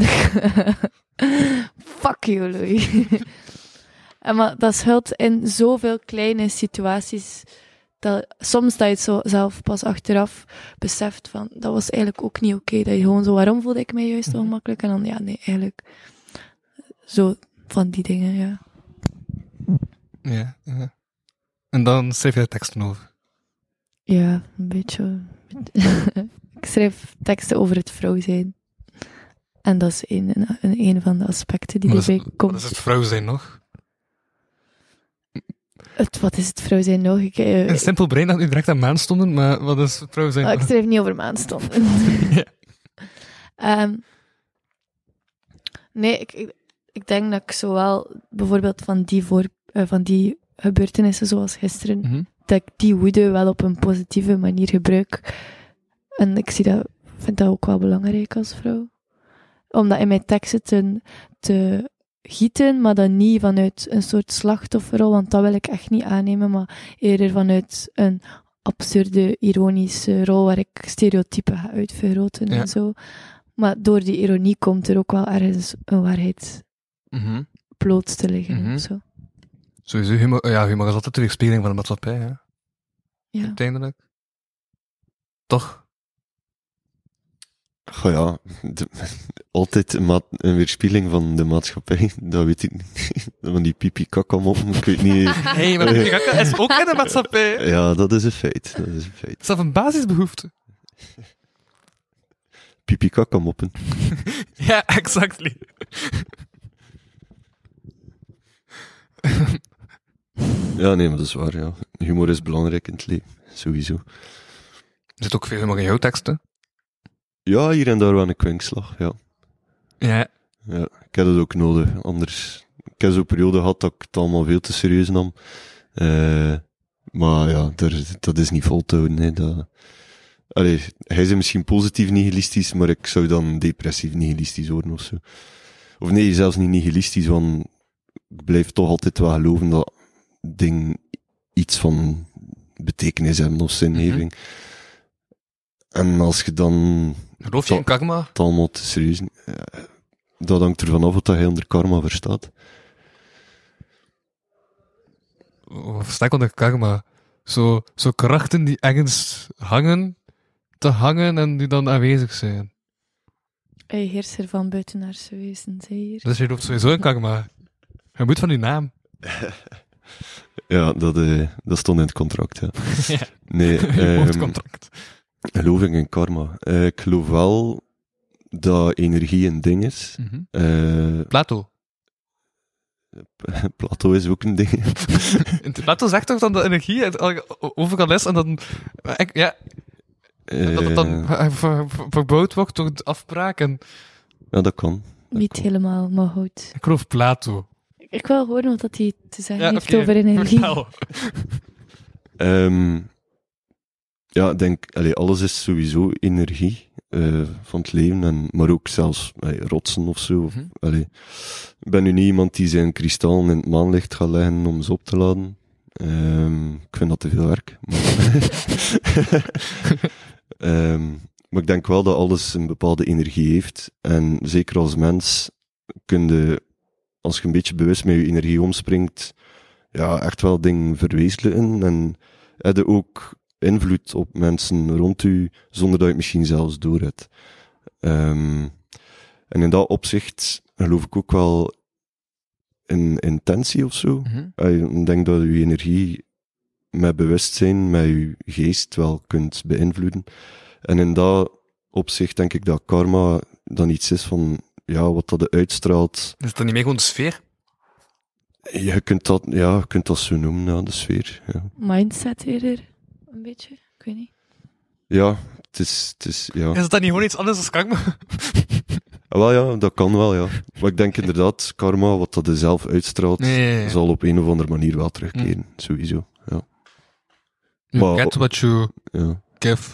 Fuck you, Louis. En maar dat is hult in zoveel kleine situaties. Dat, soms dat je het zo zelf pas achteraf beseft van, dat was eigenlijk ook niet oké. Dat je gewoon zo, waarom voelde ik mij juist Mhm. ongemakkelijk? En dan, ja, nee, eigenlijk. Zo van die dingen, ja. Ja, ja. En dan schrijf je de teksten over. Ja, een beetje. Ik schrijf teksten over het vrouw zijn. En dat is een, een, een van de aspecten die Maar dat erbij is, komt. dat is het vrouw zijn nog. Het, wat is het vrouw zijn nog? Ik, eh, Een simpel brein dat nu direct aan maan stonden, maar wat is het vrouw zijn oh, ik nog? schrijf niet over maanstonden. Ja. Ehm, nee, ik, ik, ik denk dat ik zowel bijvoorbeeld van die, voor, eh, van die gebeurtenissen zoals gisteren, Mhm. dat ik die woede wel op een positieve manier gebruik. En ik zie dat, vind dat ook wel belangrijk als vrouw. Om dat in mijn teksten te, te gieten, maar dan niet vanuit een soort slachtofferrol, want dat wil ik echt niet aannemen, maar eerder vanuit een absurde, ironische rol waar ik stereotypen ga uitvergroten Ja. en zo. Maar door die ironie komt er ook wel ergens een waarheid Mhm. bloot te liggen Mhm. of zo. Sowieso, humor, ja, humor is altijd de weerspiegeling van de maatschappij, hè. Ja. Uiteindelijk. Toch? goh ja, de- altijd een, maat, een weerspiegeling van de maatschappij. Dat weet ik niet. Van die pipi kakkamoppen, ik weet niet. Hé, hey, maar Pukaka is ook in de maatschappij. Ja, dat is een feit. Dat is een feit. Het is zelf een basisbehoefte. Pipi kakkamoppen. Ja, exactly. Ja, nee, maar dat is waar, ja. Humor is belangrijk in het leven. Sowieso. Er zit ook veel humor in jouw teksten. Ja, hier en daar wel een kwinkslag, ja. Ja. Ja, ik heb dat ook nodig. Anders, ik heb zo'n periode gehad dat ik het allemaal veel te serieus nam. Eh, maar ja, daar, dat is niet vol te houden. Hè. Dat, allee, hij is misschien positief nihilistisch, maar ik zou dan depressief nihilistisch worden of zo. Of nee, zelfs niet nihilistisch, want ik blijf toch altijd wel geloven dat dingen iets van betekenis hebben of zingeving. En als je dan Geloof je in karma? het allemaal te serieus... eh, dat hangt ervan af wat hij onder karma verstaat. Wat versta ik onder karma? Zo, zo krachten die ergens hangen, te hangen en die dan aanwezig zijn. Hey, heerser van buitenaardse wezens, hè, hier. Dus je gelooft sowieso in karma. Je moet van je naam. Ja, dat, eh, dat stond in het contract, ja. Ja. Nee, Je ehm, hoofdcontract. geloof ik in karma. Eh, ik geloof wel dat energie een ding is. Mhm. Eh, Plato. Plato is ook een ding. Plato zegt toch dan dat energie het al- overal is en dan... maar ik- Ja, Eh, Dat het dan ver- ver- ver- verbouwd wordt door de afbraak. En Ja, dat kan. Niet helemaal, maar goed. ik geloof Plato. Ik wil horen wat hij te zeggen Ja, heeft oké, over energie. vertel. Ehm, ja, ik denk, allee, alles is sowieso energie eh, van het leven, en, maar ook zelfs allee, rotsen of zo. Mhm. Allee, ik ben nu niet iemand die zijn kristallen in het maanlicht gaat leggen om ze op te laden. Ehm, ik vind dat te veel werk. Maar, Ehm, maar ik denk wel dat alles een bepaalde energie heeft. En zeker als mens kun je, als je een beetje bewust met je energie omspringt, ja, echt wel dingen verwezenlijken. En heb je ook invloed op mensen rond u, zonder dat je het misschien zelfs door hebt. Ehm, en in dat opzicht geloof ik ook wel in intentie of zo. Mhm. Eh, Ik denk dat je energie met bewustzijn, met je geest wel kunt beïnvloeden. En in dat opzicht denk ik dat karma dan iets is van, ja, wat dat uitstraalt. Is het dan niet meer gewoon de sfeer? Je kunt dat, ja, je kunt dat zo noemen, ja, de sfeer. Ja, Mindset eerder, een beetje. Ik weet niet. ja het is, het is, ja. Is het dan niet gewoon iets anders dan karma? Ah, wel ja, dat kan wel, ja. Maar ik denk inderdaad, karma, wat dat er zelf uitstraalt, Nee, nee, nee. zal op een of andere manier wel terugkeren, sowieso. Ja. You Maar- get what you Ja. give.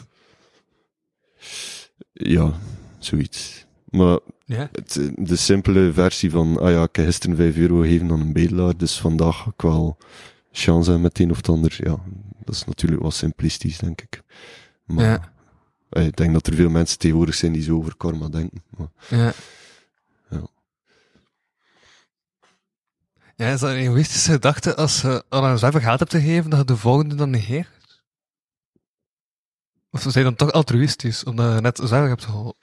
Ja, zoiets. Maar Ja. het, de simpele versie van, ah ja, ik heb gisteren vijf euro gegeven aan een bedelaar, dus vandaag ga ik wel chance hebben met het een of het ander. Ja, dat is natuurlijk wel simplistisch, denk ik. Maar Ja. eh, ik denk dat er veel mensen tegenwoordig zijn die zo over karma denken. Maar, Ja. Ja. Ja, is dat een egoïstische gedachte als je al aan jezelf geld hebt te geven, dat je de volgende dan negeert? Of zijn je dan toch altruïstisch, omdat je net zelf hebt geholpen?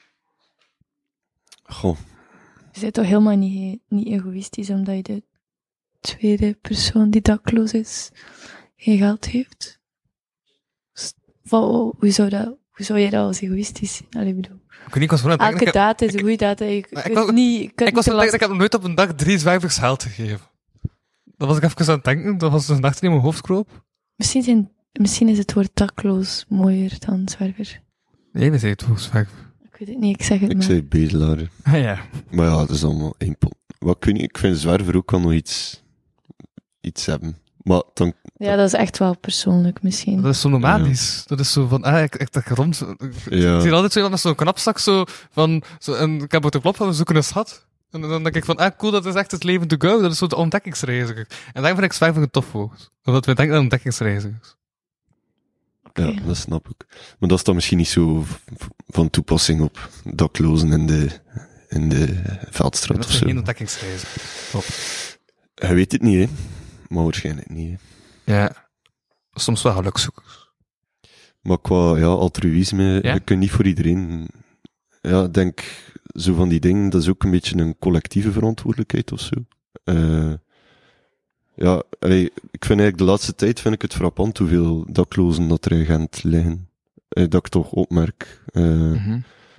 goh, Je bent toch helemaal niet, niet egoïstisch omdat je de tweede persoon die dakloos is geen geld heeft? S- Wat, hoe, zou dat, hoe zou jij dat als egoïstisch zien? Allee, bedoel. Ik weet niet, ik was gewoon aan het Elke denken, ik, daad is een goede daad. Je ik kunt was- niet, je kunt ik was niet aan het denken, te ik heb nog nooit op een dag drie zwervers geld gegeven. Dat was ik even aan het denken, dat was een nacht die in mijn hoofd kroop. Misschien, zijn, misschien is het woord dakloos mooier dan zwerver. Nee, we zijn het woord zwerver. Ik weet het niet, ik zeg het ik maar. zei bedelaar. Ah ja. Maar ja, dat is allemaal één pot. Wat ik weet niet, ik vind zwerver ook wel nog iets, iets hebben. Maar dan, Ja, dat is echt wel persoonlijk misschien. Dat is zo nomadisch. Dat is zo van, ah, ik, ik, ik, rond, ik, Ja. ik zie er altijd zo iemand met zo'n knapzak zo van, zo, en ik heb op de klop van, we zoeken een schat. En dan denk ik van, ah, cool, dat is echt het leven to go. Dat is zo de ontdekkingsreiziger. En daarom vind ik zwerver een tof woord. Omdat we denken aan ontdekkingsreizigers. Oké. ja, dat snap ik. Maar dat is dan misschien niet zo v- v- van toepassing op daklozen in de, in de Veldstraat Dat of zijn zo. geen ontdekkingsreizigers. Top. Je weet het niet, hè. Maar waarschijnlijk niet, hè. Ja. Soms wel gelukzoekers. Maar qua ja, altruïsme, Ja? je kunt niet voor iedereen. Ja, ik denk, zo van die dingen, dat is ook een beetje een collectieve verantwoordelijkheid of zo. Eh, ja, allee, ik vind eigenlijk de laatste tijd vind ik het frappant hoeveel daklozen dat er in Gent liggen. Eh, dat ik toch opmerk. Eh Mhm.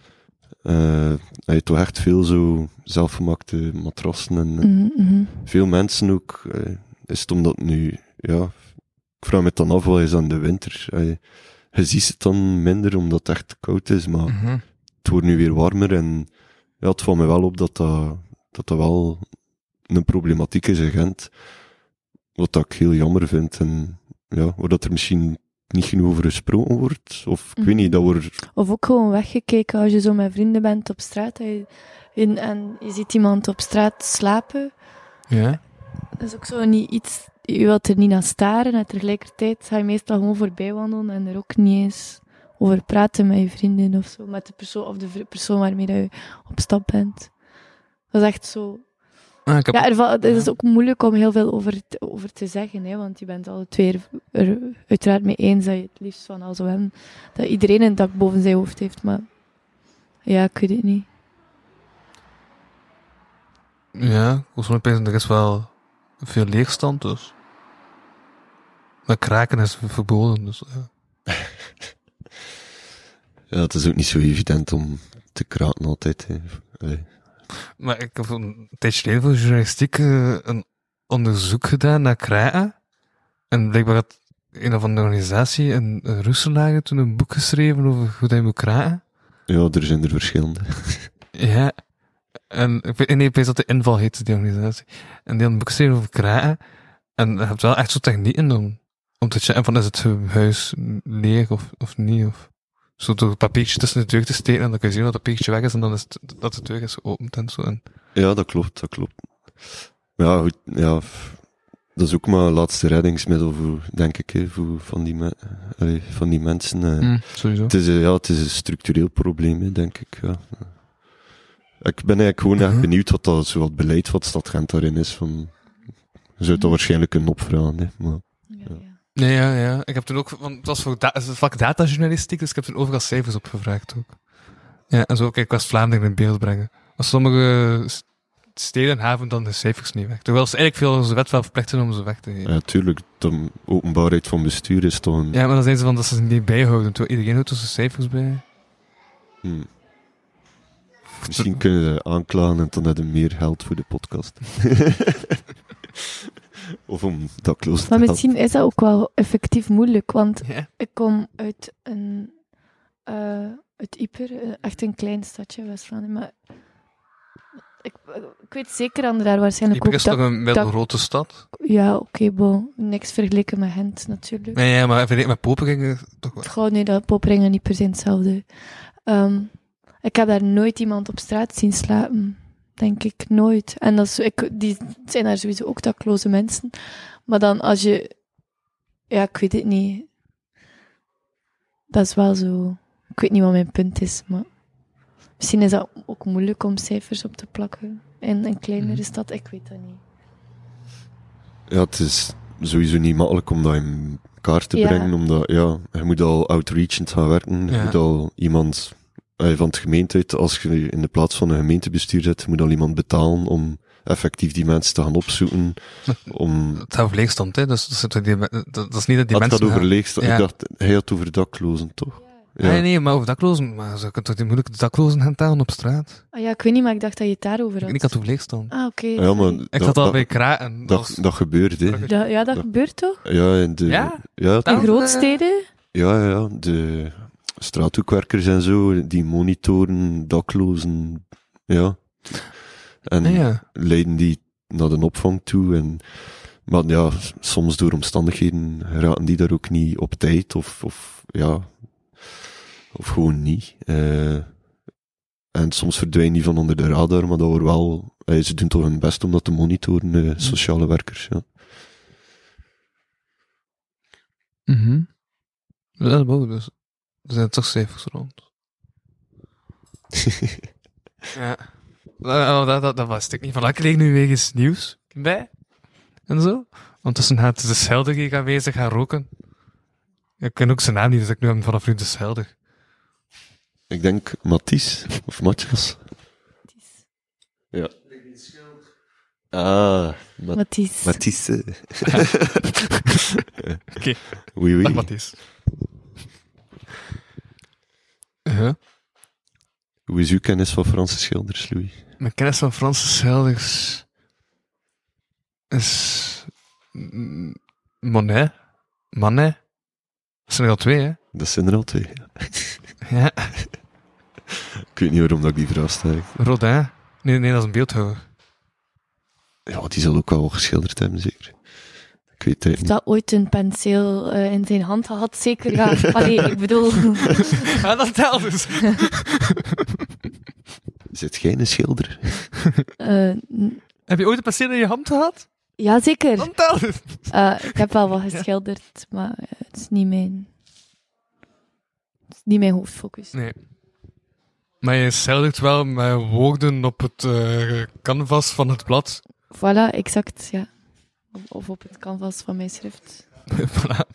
eh, hij toch echt veel zo zelfgemaakte matrassen en en Mhm, mhm. veel mensen ook. Eh, is het omdat nu, ja, ik vraag me dan af, wat is aan de winter? Eh, je ziet het dan minder omdat het echt koud is, maar Mhm. het wordt nu weer warmer en ja, het valt me wel op dat dat, dat, dat wel een problematiek is in Gent. Wat dat ik heel jammer vind en ja, waar dat er misschien niet genoeg over gesproken wordt. Of ik weet Mhm. niet, dat wordt... Of ook gewoon weggekeken als je zo met vrienden bent op straat en je, en, en je ziet iemand op straat slapen. Ja. Dat is ook zo niet iets, je wilt er niet naar staren en tegelijkertijd ga je meestal gewoon voorbij wandelen en er ook niet eens over praten met je vrienden of zo, met de persoon of de vri- persoon waarmee dat je op stap bent. Dat is echt zo. Ah, ik heb... Ja, er va- het is ook moeilijk om heel veel over te, over te zeggen, hè, want je bent alle twee er, er uiteraard mee eens dat je het liefst van al zou hebben, dat iedereen een dak boven zijn hoofd heeft, maar ja, ik weet het niet. Ja, ik was opeens, er is wel veel leegstand, dus. Maar kraken is verboden, dus ja. Ja, het is ook niet zo evident om te kraken altijd. Hè. Allee. Maar ik heb een tijdje geleden voor journalistiek eh, een onderzoek gedaan naar kraken. En blijkbaar had een of andere organisatie in, in Roeselaar toen een boek geschreven over hoe dat je moet kraken. Ja, er zijn er verschillende. Ja. En ik weet nee, ik weet dat de Inval heette, die organisatie. En die had een boek geschreven over kraken. En je hebt wel echt zo technieken om, om te checken van is het huis leeg of, of niet. Of zo door het papiertje tussen de deur te steken en dan kun je zien dat het papiertje weg is en dan is het, dat de deur is geopend en zo. En Ja, dat klopt, dat klopt. Ja, goed, ja, dat is ook maar een laatste reddingsmiddel voor, denk ik, hè, voor van die, me- allee, van die mensen. eh. mm, sowieso. Het is, eh, ja, het is een structureel probleem, hè, denk ik. Ja. Ik ben eigenlijk gewoon echt Mhm. benieuwd wat dat, zo wat beleid van Stad Gent daarin is. Van, je zou het dat waarschijnlijk kunnen opvragen, hè, maar... Ja, ja. Nee, ja, ja. Ik heb toen ook, want het was voor da- het vak datajournalistiek, dus ik heb toen overal cijfers opgevraagd ook. Ja, en zo kijk West-Vlaanderen in beeld brengen. Als sommige s- steden haven dan de cijfers niet weg. Terwijl ze eigenlijk veel onze wet wel verplichten om ze weg te geven. Ja, tuurlijk, de openbaarheid van bestuur is toch een... Ja, maar dan zijn ze van dat ze ze niet bijhouden. Terwijl iedereen houdt tussen cijfers bij. Hmm. Misschien kunnen ze aanklagen en dan hebben we meer geld voor de podcast. Of om dakloos te Maar helpen. misschien is dat ook wel effectief moeilijk, want Ja. ik kom uit een... eh uit Ieper, eh, echt een klein stadje, West-Vlaanderen, maar... Ik, ik weet zeker dat er daar waarschijnlijk Ieper ook... is toch dat- een middelgrote stad? Ja, oké, bon. Niks vergeleken met Gent, natuurlijk. Nee, ja, maar vergeleken met Poperingen toch wel. Goh, nee, dat Poperingen niet per se hetzelfde. Ehm, ik heb daar nooit iemand op straat zien slapen. Denk ik, nooit. En dat is, ik, die zijn daar sowieso ook dakloze mensen. Maar dan als je... Ja, ik weet het niet. Dat is wel zo... Ik weet niet wat mijn punt is, maar... Misschien is dat ook moeilijk om cijfers op te plakken. In een kleinere Mhm. stad, ik weet dat niet. Ja, het is sowieso niet makkelijk om dat in kaart te Ja. brengen, omdat, ja, je moet al outreachend gaan werken, je Ja. moet al iemand eh, van het gemeente uit, als je in de plaats van een gemeentebestuur zit, je moet al iemand betalen om effectief die mensen te gaan opzoeken, om... Het gaat over leegstand, hè. Dus, dat, is- die, dat, dat is niet dat die Het mensen... gaat over leegstand. Ja. Ik dacht, hij had over daklozen, toch? Ja. Nee, nee, maar over daklozen. Maar ze kunnen toch die moeilijke daklozen gaan talen op straat? Ah ja, ik weet niet, maar ik dacht dat je het daarover Ik had. ik had over leegstand. Ah, oké. Ja, maar sorry. Ik dat, had al dat, bij kraken. dat, als- dat gebeurt, hè. Ja, ja, dat Ja. gebeurt toch? Ja, in de... Ja? Ja, Dat- In grootsteden? ja, ja, de straathoekwerkers en zo, die monitoren daklozen, ja. En Ja, ja. leiden die naar de opvang toe. En, maar ja, soms door omstandigheden geraken die daar ook niet op tijd, of, of ja, of gewoon niet. Eh, en soms verdwijnen die van onder de radar, maar dat wordt wel, eh, ze doen toch hun best om dat te monitoren, eh, sociale werkers, ja. Mhm. Ja, dat is wel, dus er zijn toch cijfers rond. Ja. Dat, dat, dat, dat was ik niet. Van, ik kreeg nu weer eens nieuws bij. En zo. Ondertussen gaat de Zelder hier aanwezig gaan roken. Ik ken ook zijn naam niet, dus ik nu hem vanaf nu de Zelder. Ik denk Mathies, of Matthias. Ja. Ah, Ma- Wat is... Mathies. eh. Oké. Oui, oui. Dag Mathies. Uh-huh. Hoe is uw kennis van Franse schilders, Louis? Mijn kennis van Franse schilders is mm, Monet, Manet. Dat zijn er al twee, hè? Dat zijn er al twee. Ja. Ik weet niet waarom dat ik die vraag stel. Rodin. Nee, nee, dat is een beeldhouwer. Ja, die zal ook wel geschilderd hebben, zeker. Ik weet het Heeft niet. dat ooit een penseel eh, in zijn hand gehad? Zeker, ja. Allee, ik bedoel... Ah, dat telt dus. Zit jij een schilder? eh, n- Heb je ooit een penseel in je hand gehad? ja, zeker. Dan telt het. Eh, ik heb wel wat geschilderd, maar eh, het is niet mijn... Het is niet mijn hoofdfocus. Nee. Maar je schildert wel met woorden op het eh, canvas van het blad. Voilà, exact, ja. Of, of op het canvas van mijn schrift. Voilà.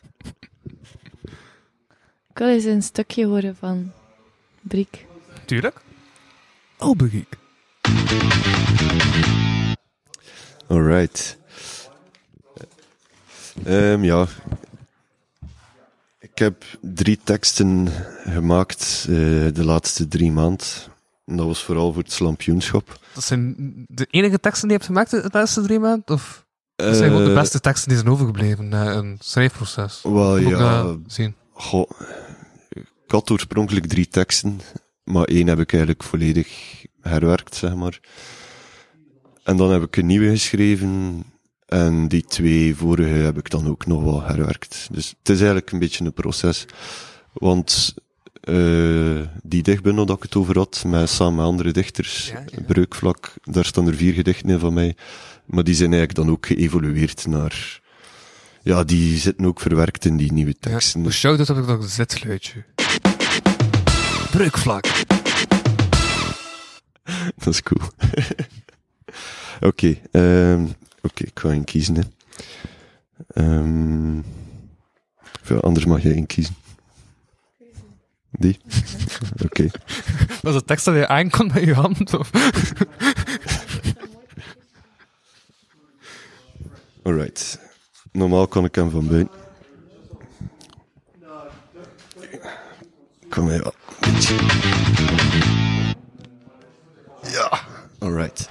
Ik wil eens een stukje horen van Briek. Tuurlijk. Alberiek. Alright. Ehm ja. Ik heb drie teksten gemaakt eh, de laatste drie maanden. En dat was vooral voor het slampioenschap. Dat zijn de enige teksten die je hebt gemaakt de laatste drie maanden? Of? Dat zijn gewoon de Eh, beste teksten die zijn overgebleven na een schrijfproces. Wel Moet ik ja, dat zien. goh, ik had oorspronkelijk drie teksten, maar één heb ik eigenlijk volledig herwerkt, zeg maar. En dan heb ik een nieuwe geschreven, en die twee vorige heb ik dan ook nog wel herwerkt. Dus het is eigenlijk een beetje een proces. Want uh, die dichtbundel dat ik het over had, met, samen met andere dichters, Ja, ja. Breukvlak, daar staan er vier gedichten in van mij. Maar die zijn eigenlijk dan ook geëvolueerd naar... Ja, die zitten ook verwerkt in die nieuwe teksten. Ja, voor shout-out heb ik nog een zetsluitje. Breukvlak. Dat is cool. Oké, okay, um, okay, ik ga één kiezen. Hè. Um, ja, anders mag jij één kiezen. Die? Oké. Okay. Was het tekst dat je aankomt met je hand? Of? Alright. Normaal kan ik hem van buiten. Kom even. Ja, alright.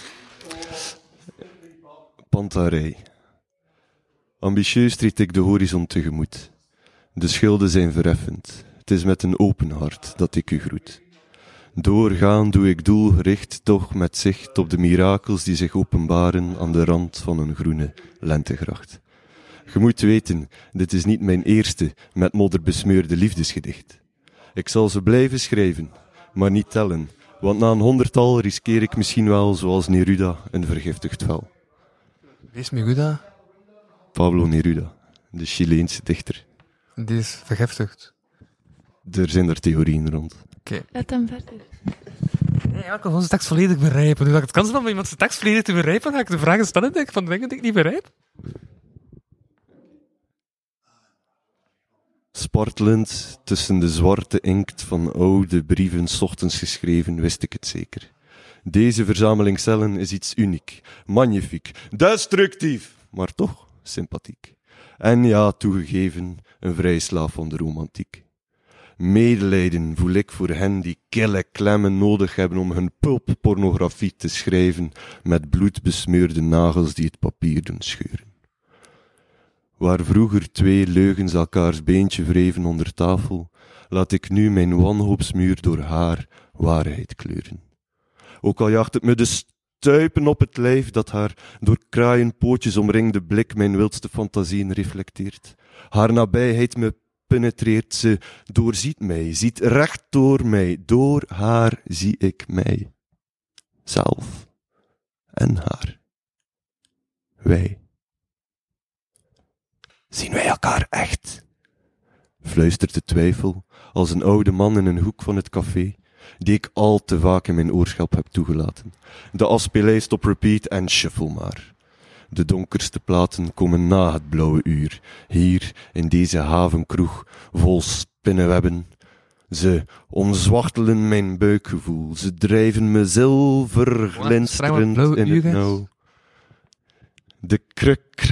Pantarij. Ambitieus treed ik de horizon tegemoet. De schilden zijn verheffend. Het is met een open hart dat ik u groet. Doorgaan doe ik doelgericht, toch met zicht op de mirakels die zich openbaren aan de rand van een groene lentegracht. Je moet weten, dit is niet mijn eerste met modder besmeurde liefdesgedicht. Ik zal ze blijven schrijven, maar niet tellen, want na een honderdtal riskeer ik misschien wel, zoals Neruda, een vergiftigd vel. Wees me goed aan. Pablo Neruda, de Chileense dichter. Die is vergiftigd. Er zijn er theorieën rond. Oké. Okay. Laat hem verder. Ja, ik kan onze tekst volledig begrijpen. Nu dat ik het kans heb om iemand zijn tekst volledig te begrijpen, ga ik de vragen stellen denk ik, van dingen die ik niet begrijp. Spartelend tussen de zwarte inkt van oude brieven 's ochtends geschreven, wist ik het zeker. Deze verzameling cellen is iets uniek, magnifiek, destructief, maar toch sympathiek. En ja, toegegeven, een vrij slaaf van de romantiek. Medelijden voel ik voor hen die kille klemmen nodig hebben om hun pulppornografie te schrijven met bloedbesmeurde nagels die het papier doen scheuren. Waar vroeger twee leugens elkaars beentje wreven onder tafel, laat ik nu mijn wanhoopsmuur door haar waarheid kleuren. Ook al jaagt het me de stuipen op het lijf dat haar door kraaienpootjes omringde blik mijn wildste fantasieën reflecteert. Haar nabijheid me penetreert, ze doorziet mij, ziet recht door mij, door haar zie ik mij. Zelf en haar. Wij. Zien wij elkaar echt? Fluistert de twijfel als een oude man in een hoek van het café, die ik al te vaak in mijn oorschelp heb toegelaten. De afspeellijst op repeat en shuffle maar. De donkerste platen komen na het blauwe uur, hier in deze havenkroeg vol spinnenwebben. Ze omzwachtelen mijn buikgevoel, ze drijven me zilverglinsterend in het nauw. De kruk...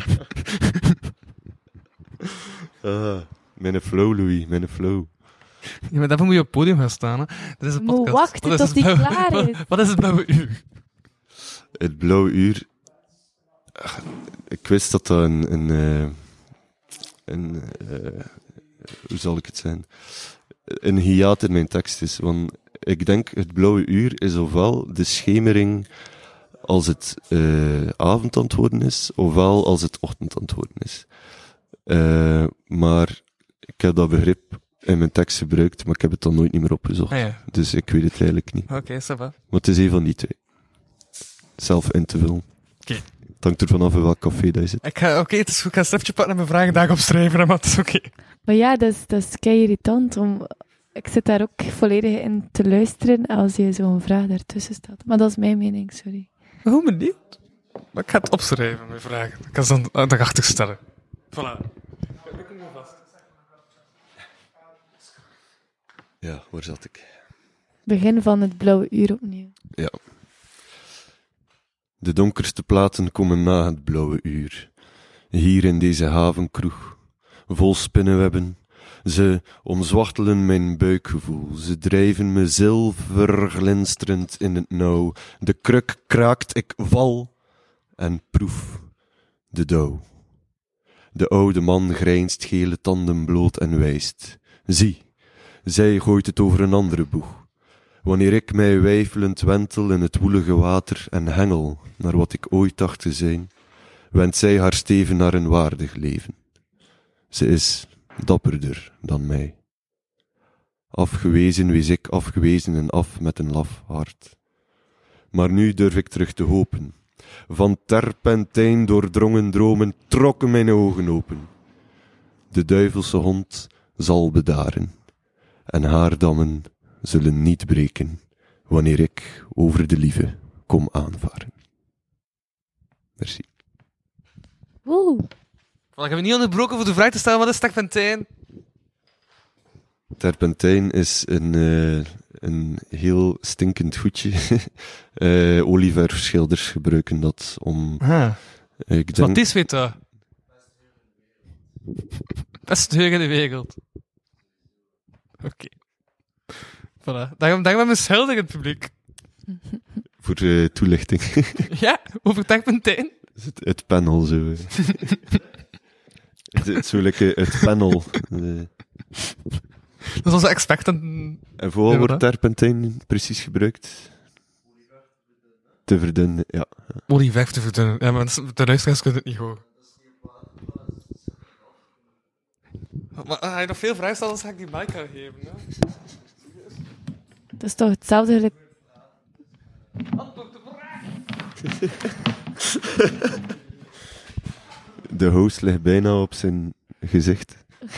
ah, mijn flow, Louis, mijn flow. Ja, maar daarvoor moet je op het podium gaan staan. Hè. Dit is een Moet podcast. wachten Wat tot is die het blauwe- klaar is. Wat, wat is het blauwe uur? Het blauwe uur... Ach, ik wist dat dat een... een, uh, een uh, hoe zal ik het zijn? Een hiaat in mijn tekst is. Want ik denk, het blauwe uur is ofwel de schemering als het uh, avond aan het worden is, ofwel als het ochtend aan het worden is. Uh, maar ik heb dat begrip in mijn tekst gebruikt, maar ik heb het dan nooit niet meer opgezocht. Ah, ja. Dus ik weet het eigenlijk niet. Oké, okay, ça va. Maar het is een van die twee. Zelf in te vullen. Oké. Okay. Het hangt er vanaf in welk café dat je zit. Ik ga, oké, okay, het is goed. Ik ga een stiftje pakken en mijn vragen daar opschrijven, maar het is oké. Okay. Maar ja, dat is, dat is kei irritant. Om, ik zit daar ook volledig in te luisteren als je zo'n vraag daartussen staat. Maar dat is mijn mening, sorry. Hoe me niet? Maar ik ga het opschrijven, mijn vragen. Ik kan ze dan daarachter stellen. Voilà. Ja, waar zat ik? Begin van het blauwe uur opnieuw. Ja. De donkerste platen komen na het blauwe uur. Hier in deze havenkroeg, vol spinnenwebben. Ze omzwachtelen mijn buikgevoel. Ze drijven me zilverglinsterend in het nauw. De kruk kraakt, ik val en proef De dauw. De oude man grijnst gele tanden bloot en wijst. Zie, zij gooit het over een andere boeg. Wanneer ik mij weifelend wentel in het woelige water en hengel naar wat ik ooit dacht te zijn, wendt zij haar steven naar een waardig leven. Ze is dapperder dan mij. Afgewezen wees ik afgewezen en af met een laf hart. Maar nu durf ik terug te hopen. Van terpentijn doordrongen dromen trokken mijn ogen open. De duivelse hond zal bedaren, en haar dammen zullen niet breken, wanneer ik over de lieve kom aanvaren. Merci. Woe. Voilà, ik heb je niet onderbroken voor de vraag te stellen, wat is terpentijn? Terpentijn is een, uh, een heel stinkend goedje. uh, olieverfschilders gebruiken dat om... Ah. Uh, ik Wat denk... is weet dat? Beste geur in de wereld. Oké. Okay. Voilà. Daarom, daarom hebben we schilderen in het publiek. Voor uh, toelichting. Ja, over terpentijn. Het, het panel, zo. het, het zo lekker het panel. Uh. Dat is onze expert. En, en vooral ja, wordt terpentijn precies gebruikt? Te verdunnen, ja. Olieverf te verdunnen. Ja, maar de luisteraars kunnen het niet horen. Maar als je nog veel vragen stelt, dan ga ik die mic gaan geven. Hè? Dat is toch hetzelfde gelijk... Antwoord de vraag! De host ligt bijna op zijn gezicht.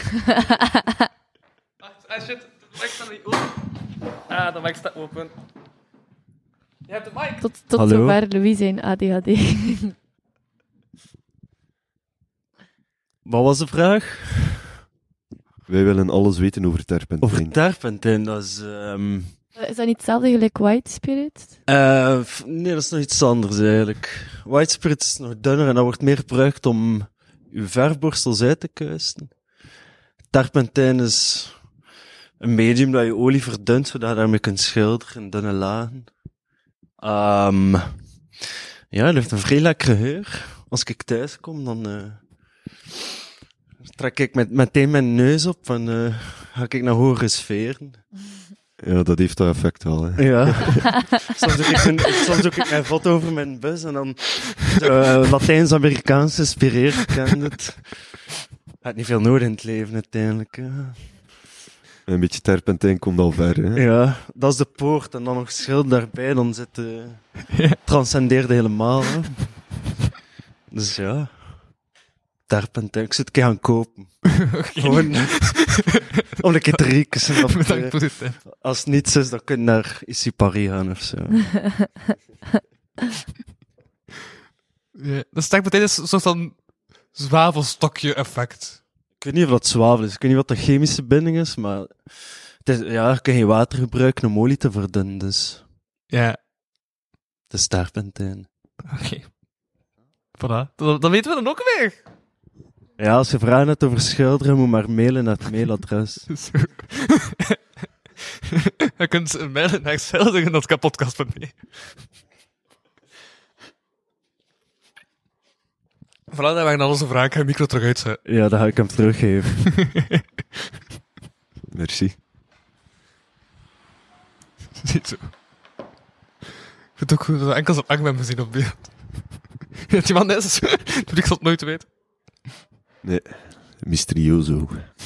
Ah shit, de mic staat niet open. Ah, de mic staat open. Je hebt de mic. Tot, tot Hallo? zover Louis zijn A D H D. Wat was de vraag? Wij willen alles weten over terpentijn. Over terpentijn, dat is... Um... Is dat niet hetzelfde gelijk White Spirit? Uh, f- nee, dat is nog iets anders eigenlijk. White Spirit is nog dunner en dat wordt meer gebruikt om uw verfborstels uit te kuisen. Terpentijn is een medium dat je olie verdunt, zodat je daarmee kunt schilderen in dunne lagen. Um, ja, het heeft een vrij lekkere geur. Als ik thuis kom, dan uh, trek ik met, meteen mijn neus op en uh, ga ik naar hogere sferen. Ja, dat heeft dat effect wel, hè. Ja. soms doe ik, mijn, soms doe ik mijn vod over mijn bus en dan uh, Latijns-Amerikaans inspireerd, ken het. Had niet veel nodig in het leven, uiteindelijk. Ja. Een beetje terpentijn komt al ver, hè. Ja, dat is de poort. En dan nog schild daarbij, dan zit de... transcendeerde helemaal, hè. Dus ja. Terpentijn. Ik zit een keer gaan kopen. Okay. Gewoon om een keer te rekenen. Dat, Bedankt uh, voor dit tip. als het niets is, dan kun je naar Issy Paris gaan of zo. Ja, dat terpentijn is een soort van zwavelstokje effect. Ik weet niet of dat zwavel is. Ik weet niet wat de chemische binding is, maar het is, ja, je kan geen water gebruiken om olie te verdunnen, dus Ja, het is terpentijn. oké. Okay. Voilà, dan, dan weten we dan ook weer. Ja, als je vragen hebt over schilderen, moet maar mailen naar het mailadres. Zo. Je kunt mailen naar schilderen dat kapotkast punt be. Voilà, daar waren al onze vragen. Ik ga je micro terug uitzetten. Ja, dan ga ik hem teruggeven. Merci. Ziet zo. Ik vind het ook goed dat we enkel zo'n Agamemnon gezien op beeld. Dat die man is, dat ik zal het nooit te weten. Nee, mysterioso.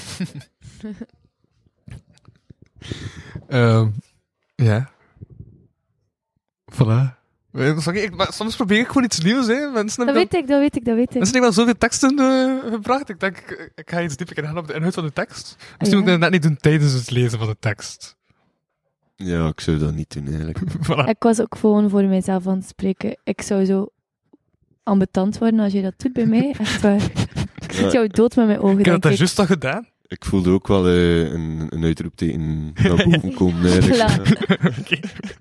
Um, ja. Voilà. Sorry, ik, maar soms probeer ik gewoon iets nieuws, hè. Mensen Dat hebben weet ik, dat weet ik, dat weet ik. Mensen hebben wel zoveel teksten uh, gebracht. Ik denk, ik, ik ga iets dieper gaan op de inhoud van de tekst. Misschien moet ik dat net niet doen tijdens het lezen van de tekst. Ja, ik zou dat niet doen, eigenlijk. Voilà. Ik was ook gewoon voor mijzelf aan het spreken. Ik zou zo ambetant worden als je dat doet bij mij. Echt waar. Ik zit jou dood met mijn ogen, Ik heb dat denk daar ik. juist al gedaan. Ik voelde ook wel uh, een, een uitroepteken naar boven komen, eigenlijk. Voilà. Ja. Oké.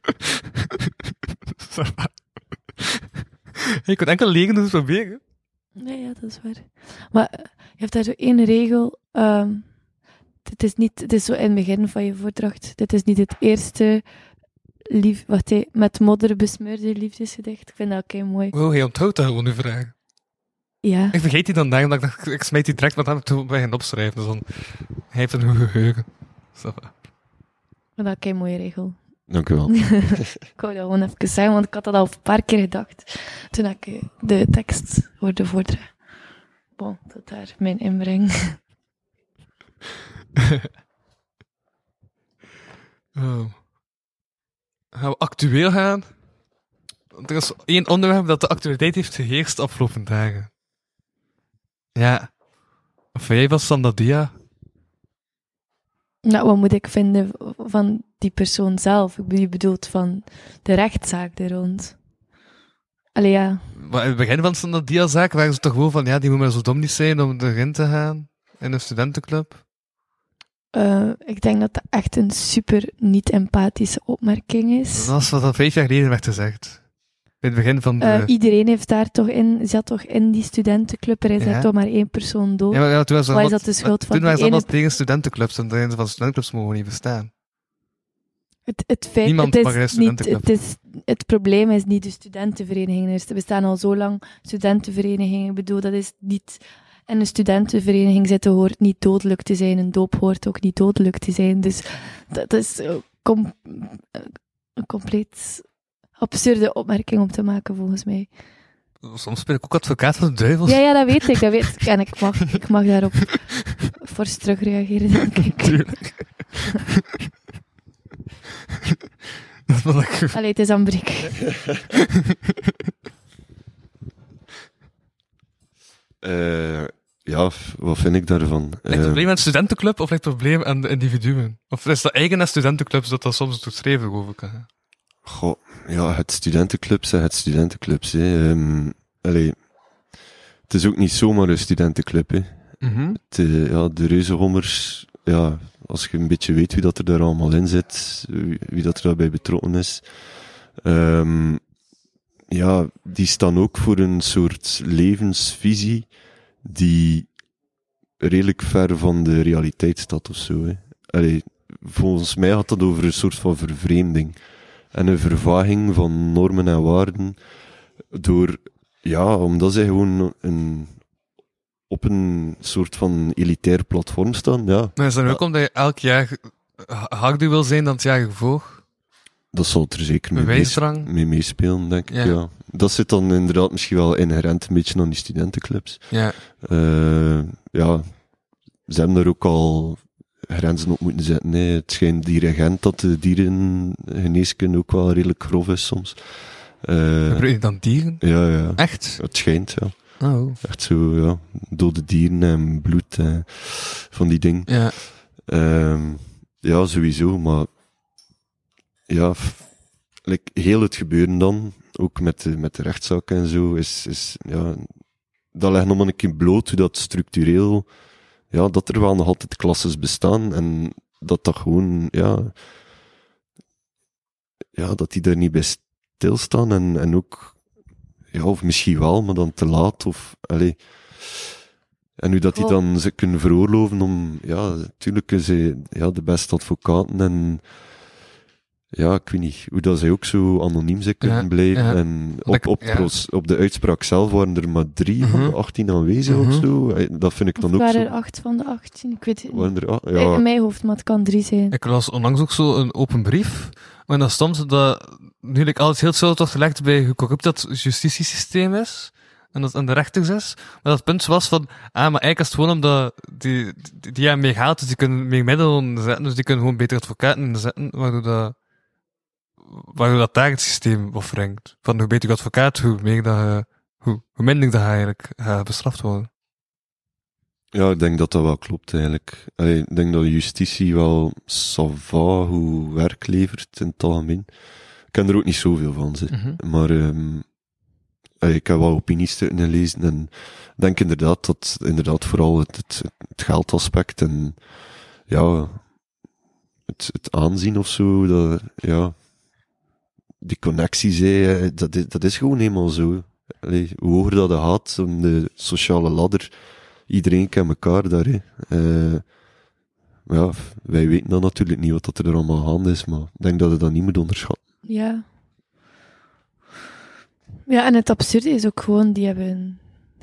Je kunt enkel leren dus proberen. Nee, ja, dat is waar. Maar eh, je hebt daar zo één regel. Um, dit is niet, het is zo in het begin van je voordracht. Dit is niet het eerste lief, wacht, hé, met modder besmeurde liefdesgedicht. Ik vind dat ook heel mooi. Wow, hij onthoudt dat gewoon, uw vraag. ja. Ik vergeet die dan dagen, dat ik dacht, ik smijt die direct met hem toen bij gaan opschrijven. Dus dan, hij heeft een goed geheugen. Zo. Maar dat is een mooie regel. Dank u wel. Ik wou dat gewoon even zeggen, want ik had dat al een paar keer gedacht toen ik eh, de tekst hoorde voordragen. Bon, tot daar mijn inbreng. Oh. Gaan we actueel gaan? Want er is één onderwerp dat de actualiteit heeft geheerst de afgelopen dagen. Ja. Of jij was Sandadia? Nou, wat moet ik vinden van die persoon zelf? Ik bedoel, je bedoelt van de rechtszaak er rond. Allee, ja. Maar in het begin van Sandadia-zaak waren ze toch gewoon van, ja, die moet maar zo dom niet zijn om erin te gaan. In een studentenclub. Uh, ik denk dat dat echt een super niet-empathische opmerking is. Dat was wat al vijf jaar geleden werd gezegd. In het begin van de... Uh, iedereen heeft daar toch in, zat toch in die studentenclub, er is Ja. er toch maar één persoon dood. Ja, maar ja, toen was Wat is dat de schuld van Toen waren die ze allemaal ene... tegen studentenclubs, en de van studentenclubs mogen niet bestaan. Het, het, feit, Niemand het, mag in een is niet, studentenclub. het, is, het probleem is niet de studentenverenigingen. Er bestaan al zo lang studentenverenigingen. Ik bedoel, dat is niet... En een studentenvereniging zitten hoort niet dodelijk te zijn. Een doop hoort ook niet dodelijk te zijn. Dus dat is uh, com- uh, een compleet absurde opmerking om te maken, volgens mij. Soms speel ik ook advocaat van de duivel. Ja, ja, dat weet ik. Dat weet ik. En ik mag, ik mag daarop fors terugreageren, denk ik. Tuurlijk. Dat is wel lekker. Allee, het is aan Brik. Uh, ja, wat vind ik daarvan? Ligt het Uh, probleem aan de studentenclub of ligt het probleem aan de individuen? Of is dat eigen aan studentenclubs dat dat soms doorschreven over kan gaan? Goh, ja, het studentenclubs en het studentenclubs. Hè. Um, allee, het is ook niet zomaar een studentenclub. Hè. Mm-hmm. Het, uh, ja, de reuzengommers, ja, als je een beetje weet wie dat er daar allemaal in zit, wie, wie dat er daarbij betrokken is, um, ja, die staan ook voor een soort levensvisie die redelijk ver van de realiteit staat of zo. Hè. Allee, volgens mij gaat dat over een soort van vervreemding en een vervaging van normen en waarden door, ja, omdat zij gewoon een, op een soort van elitair platform staan, ja. Maar is dat ja. ook omdat je elk jaar harder wil zijn dan het jaar ervoor? Dat zal er zeker mee, Bewijsdrang? mees- mee meespelen, denk ik, Ja. ja. Dat zit dan inderdaad misschien wel inherent een beetje aan die studentenclubs. Ja. Uh, ja, ze hebben er ook al grenzen op moeten zetten. Nee, het schijnt die regent dat de dierengeneeskunde ook wel redelijk grof is soms. Uh, Gebruik je dan dieren? ja, ja. Echt? Het schijnt, ja. Oh. Echt zo, ja. Dode dieren en bloed en van die dingen. Ja. Uh, ja, sowieso, maar ja, f- like, heel het gebeuren dan, ook met de, met de rechtszaak en zo, is, is ja, dat legt nog maar een keer bloot hoe dat structureel, ja, dat er wel nog altijd klasses bestaan en dat dat gewoon, ja, ja, dat die daar niet bij stilstaan en, en ook, ja, of misschien wel, maar dan te laat, of, allee, en hoe dat die Oh. dan ze kunnen veroorloven om, ja, natuurlijk is hij, ja, de beste advocaten en, ja, ik weet niet, hoe dat zij ook zo anoniem zijn kunnen Ja, blijven. ja. En Dat op, ik- op, ja. pros- op de uitspraak zelf waren er maar drie van Mhm. de achttien aanwezig Mhm. of zo. Eh, Dat vind ik Of dan ook waren zo. er acht van de achttien? Ik weet het niet. Waren er, ah, In ja, mijn hoofd, maar het kan drie zijn. Ik las onlangs ook zo een open brief, maar dan stond dat nu like, alles heel hetzelfde wordt gelegd bij hoe corrupt dat justitiesysteem is, en dat aan de rechters is, maar dat het punt was van, ah, maar eigenlijk is het gewoon omdat die, die, die hebben meer geld, dus die kunnen meer middelen zetten, dus die kunnen gewoon beter advocaten inzetten, waardoor dat, waardoor dat daar het systeem opwringt. Van hoe beter je advocaat, hoe meer dat je, hoe, hoe minder dat je eigenlijk gaat bestraft worden. ja, ik denk dat dat wel klopt eigenlijk. Allee, ik denk dat justitie wel ça va hoe werk levert in het algemeen. Ik ken er ook niet zoveel van, zeg. Mhm. Maar um, ik heb wel opiniestukken gelezen en ik denk inderdaad dat inderdaad vooral het, het, het geldaspect en ja, het, het aanzien of zo, dat, ja, die connecties, hè, dat, is, dat is gewoon helemaal zo. Allee, hoe hoger dat je gaat, om de sociale ladder, iedereen kent elkaar daar. Hè. Uh, ja, wij weten dan natuurlijk niet wat dat er allemaal gaande is, maar ik denk dat je dat niet moet onderschatten. Ja. Ja, en het absurde is ook gewoon, die hebben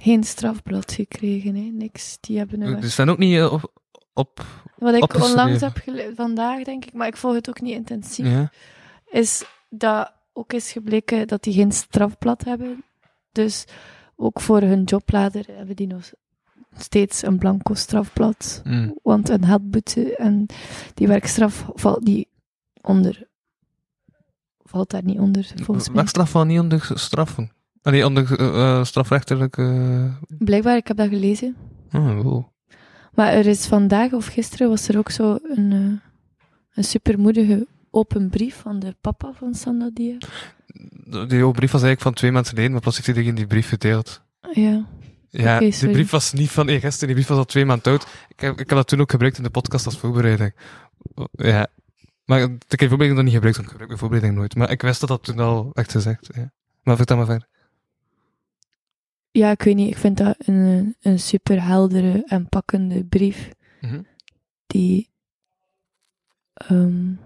geen strafblad gekregen, hè. Niks. Die hebben een Die staan ook niet eh, op... op Wat ik opgeschreven. onlangs heb gelezen, vandaag denk ik, maar ik volg het ook niet intensief, ja. is dat ook is gebleken dat die geen strafblad hebben. Dus ook voor hun joblader hebben die nog steeds een blanco strafblad. Mm. Want een geldboete en die werkstraf valt niet onder. Valt daar niet onder, volgens mij. Werkstraf van niet onder straffen. Ah, nee, onder uh, strafrechtelijke... Uh... Blijkbaar, ik heb dat gelezen. Oh, wow. Maar er is vandaag of gisteren was er ook zo een, uh, een supermoedige open brief van de papa van Sandadia. Die open brief was eigenlijk van twee maanden geleden, maar plots heeft iedereen die brief gedeeld. Ja. Ja, Okay, die brief was niet van eergisteren, die brief was al twee maanden oud. Ik heb, ik heb dat toen ook gebruikt in de podcast als voorbereiding. Ja. Maar ik heb voorbereiding nog niet gebruikt, want ik gebruik mijn voorbereiding nooit. Maar ik wist dat dat toen al echt gezegd. Ja. Maar vertel maar verder. Ja, ik weet niet, ik vind dat een, een super heldere en pakkende brief. Mm-hmm. Die... Um,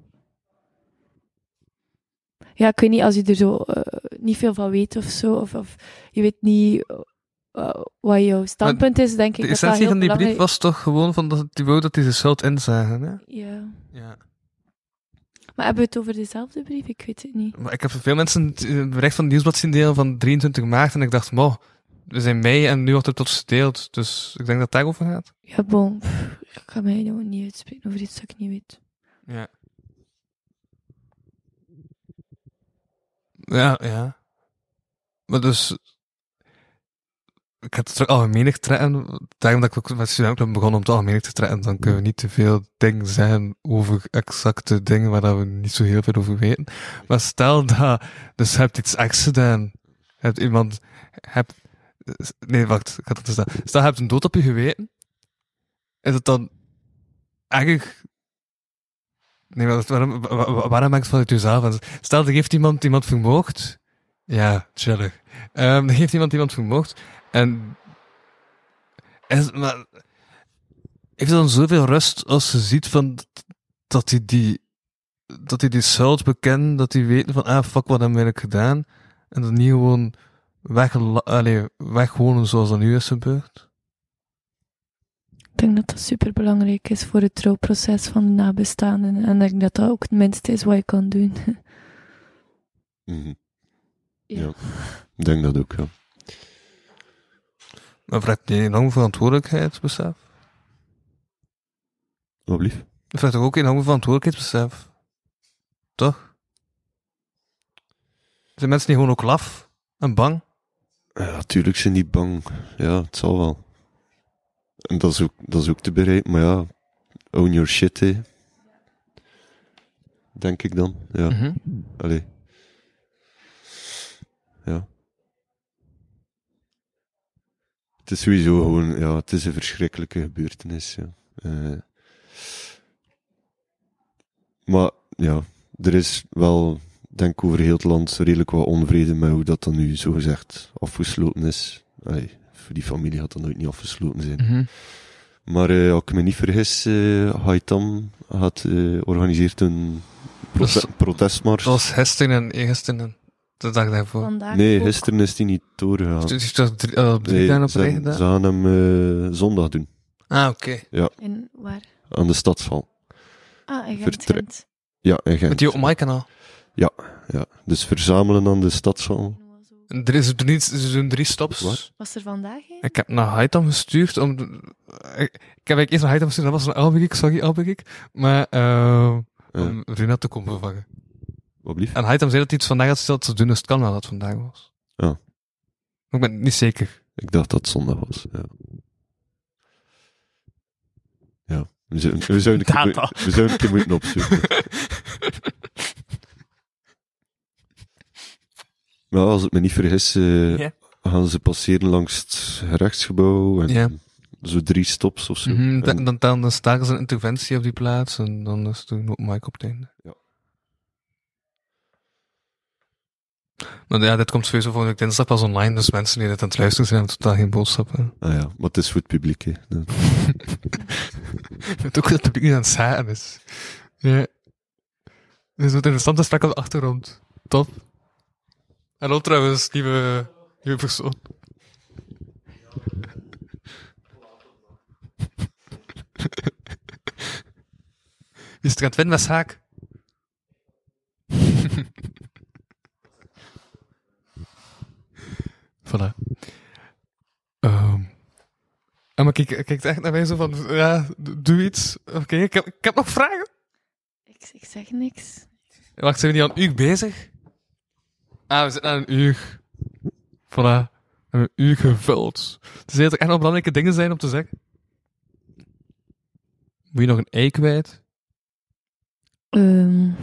ja, ik weet niet, als je er zo uh, niet veel van weet of zo, of, of je weet niet uh, wat jouw standpunt is, denk ik de dat dat essentie heel van die belangrijk... brief was toch gewoon van dat die wou dat hij de schuld inzagen, hè? Ja. Ja. Maar hebben we het over dezelfde brief? Ik weet het niet. Maar ik heb veel mensen het bericht van het nieuwsblad zien delen van drieëntwintig maart en ik dacht, mo, we zijn mei en nu wordt het tot gedeeld, dus ik denk dat het daarover gaat. Ja, bon, pff, ik ga mij nou niet uitspreken over iets dat ik niet weet. Ja. Ja, ja. Maar dus... Ik heb het terug algemeenig trekken. Daarom dat ik ook met studentenclub begon om het algemeenig te trekken. Dan kunnen we niet te veel dingen zeggen over exacte dingen waar we niet zo heel veel over weten. Maar stel dat... Dus je hebt iets echt gedaan. Je hebt iemand... Hebt, nee, wacht. Ik had het dus dat. Stel, je hebt een dood op je geweten. Is het dan... Eigenlijk... Nee, maar waarom, waarom maakt het vanuit jezelf? Stel, er heeft iemand iemand vermoord. Ja, chillig. Um, er heeft iemand iemand vermoord. En... Is, maar... Heeft hij dan zoveel rust als je ziet van... Dat hij die... Dat hij die schuld bekent. Dat hij weet van... Ah, fuck, wat hebben we eigenlijk gedaan? En dat niet gewoon... Weg, allee, wegwonen zoals dat nu is gebeurd. Ik denk dat dat super belangrijk is voor het trouwproces van de nabestaanden. En ik denk dat dat ook het minste is wat je kan doen. Mm-hmm. Ja. Ja, ik denk dat ook, ja. Maar vraagt je enorm verantwoordelijkheidsbesef? Wat lief? Dat vraagt toch ook enorm verantwoordelijkheidsbesef? Toch? Zijn mensen niet gewoon ook laf en bang? Ja, natuurlijk zijn die bang. Ja, het zal wel. En dat is ook, dat is ook te bereiken, maar ja, own your shit, hè. Denk ik dan, ja. Mm-hmm. Allee. Ja. Het is sowieso gewoon, ja, het is een verschrikkelijke gebeurtenis, ja. Uh, maar, ja, er is wel, denk ik, over heel het land redelijk wat onvrede met hoe dat dan nu zogezegd afgesloten is. Allee, voor die familie had dat nooit niet afgesloten zijn. Mm-hmm. Maar uh, als ik me niet vergis, uh, Haitham had uh, organiseert een prote- Dus, protestmars. Dat was gisteren en eergisteren. De dag daarvoor. Vandaag Nee, ook. gisteren is die niet doorgegaan. Dus is dat drie, uh, drie Nee, dagen op ze, rij ze gedaan? gaan hem uh, zondag doen. Ah, oké. Okay. In waar? Aan de Stadshal. Ah, in Gent. Vertre- Gent. Ja, in Gent. Met die op mijn kanaal. Ja, dus verzamelen aan de Stadshal. En er is er drie, er zijn drie stops. Wat? Was er vandaag een? Ik heb naar Haitham gestuurd om... Ik, ik heb eigenlijk eerst naar Haitham gestuurd, dat was een Alberik, sorry Alberik. Maar, uh, om Uh, Rina te komen vervangen. wat lief? En Haitham zei dat hij iets vandaag had gesteld te doen, dus het kan wel dat het vandaag was. Ja. Maar ik ben niet zeker. Ik dacht dat het zondag was. Ja. Ja. We zouden, we zouden, een, keer, Data. we zouden een keer moeten opzoeken. Maar als ik me niet vergis, uh, Ja. gaan ze passeren langs het gerechtsgebouw en Ja. zo drie stops of zo. Mm-hmm, En- dan, dan, dan, dan staken ze een interventie op die plaats en dan is er ook Mike op het einde. Ja. Maar ja, dit komt sowieso volgende week dinsdag pas online, dus mensen die dit aan het luisteren zijn, hebben totaal geen boodschappen. Ah ja, maar het is voor het publiek, hè. Dat- Ik vind ook dat het publiek niet aan het zagen is. Ja. Er is wat interessante sprak op de achtergrond. Top. Hallo trouwens, nieuwe, nieuwe persoon. is het aan het winnen met zaak? Voilà. Um, en maar kijk, kijkt echt naar mij zo van, ja, doe iets. Oké, okay, ik, heb, ik heb nog vragen. Ik, ik zeg niks. Wacht, zijn we niet aan een uur bezig? Ah, we zitten aan een uur. Voilà. We hebben een uur gevuld. Dus dat er echt nog belangrijke dingen zijn om te zeggen. Moet je nog een ei kwijt? Um,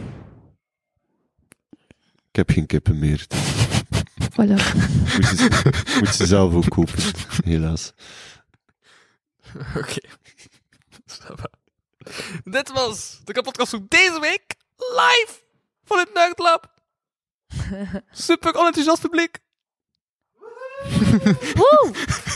Ik heb geen kippen meer. voilà. Moet je, moet je zelf ook kopen, helaas. Oké. Okay. Dit was de kapotkast voor deze week. Live van het Nerdlab. Super onenthousiast publiek. Woe!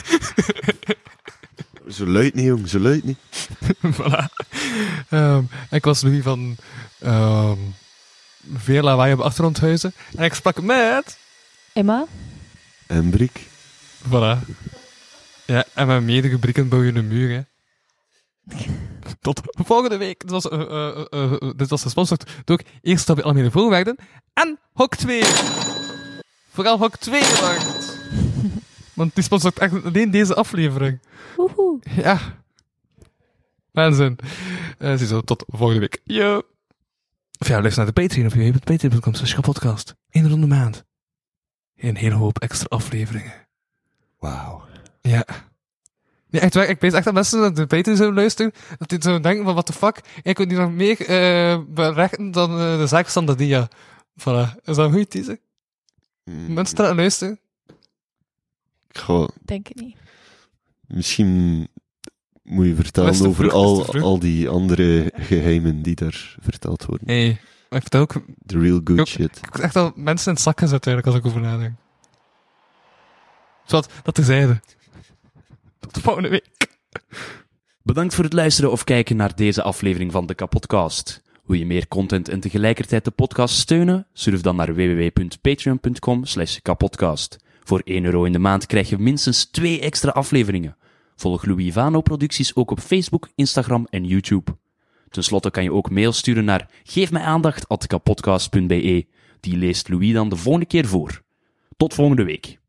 Zo luid niet, jong. Zo luid niet. Voilà. Um, ik was Louis van um, Veel Lawaai op Achtergrondhuizen. En ik sprak met... Emma? En Briek. Voilà. Ja, en mijn medegebrieken bouwen een muur, hè. Tot volgende week. Dit was, uh, uh, uh, uh, dit was gesponsord door Eerst Stap in Algemene Voorwaarden en Hok twee. Vooral Hok twee bedankt. Want die sponsort echt alleen deze aflevering. Woehoe. Ja. Mensen. Uh, ziezo, tot volgende week. Yo. Of ja, luister naar de Patreon op w w w punt patreon punt com slash kapodcast. Eén ronde maand. Een hele hoop extra afleveringen. Wauw. Ja. Ja, echt waar. Ik weet echt dat mensen naar de Patreon zouden luisteren, dat die zouden denken van, what the fuck, ik wil die nog meer uh, berechten dan uh, de zaak van de dia. Voilà. Is dat een goede teaser? Mm. Mensen staan aan luisteren. Goh, Denk het niet. misschien moet je vertellen Beste over vroeg, beste al, vroeg. al die andere geheimen die daar verteld worden. Hé, hey, maar ik vertel ook... The real good ook- shit. Ik word echt al mensen in het zak gezet eigenlijk, als ik over nadenk. Zodat, dat terzijde. Tot de volgende week. Bedankt voor het luisteren of kijken naar deze aflevering van de Kapodcast. Wil je meer content en tegelijkertijd de podcast steunen? Surf dan naar w w w punt patreon punt com slash kapodcast. Voor één euro in de maand krijg je minstens twee extra afleveringen. Volg Louis Vano producties ook op Facebook, Instagram en YouTube. Ten slotte kan je ook mail sturen naar geefmijaandacht at kapodcast punt b e. Die leest Louis dan de volgende keer voor. Tot volgende week.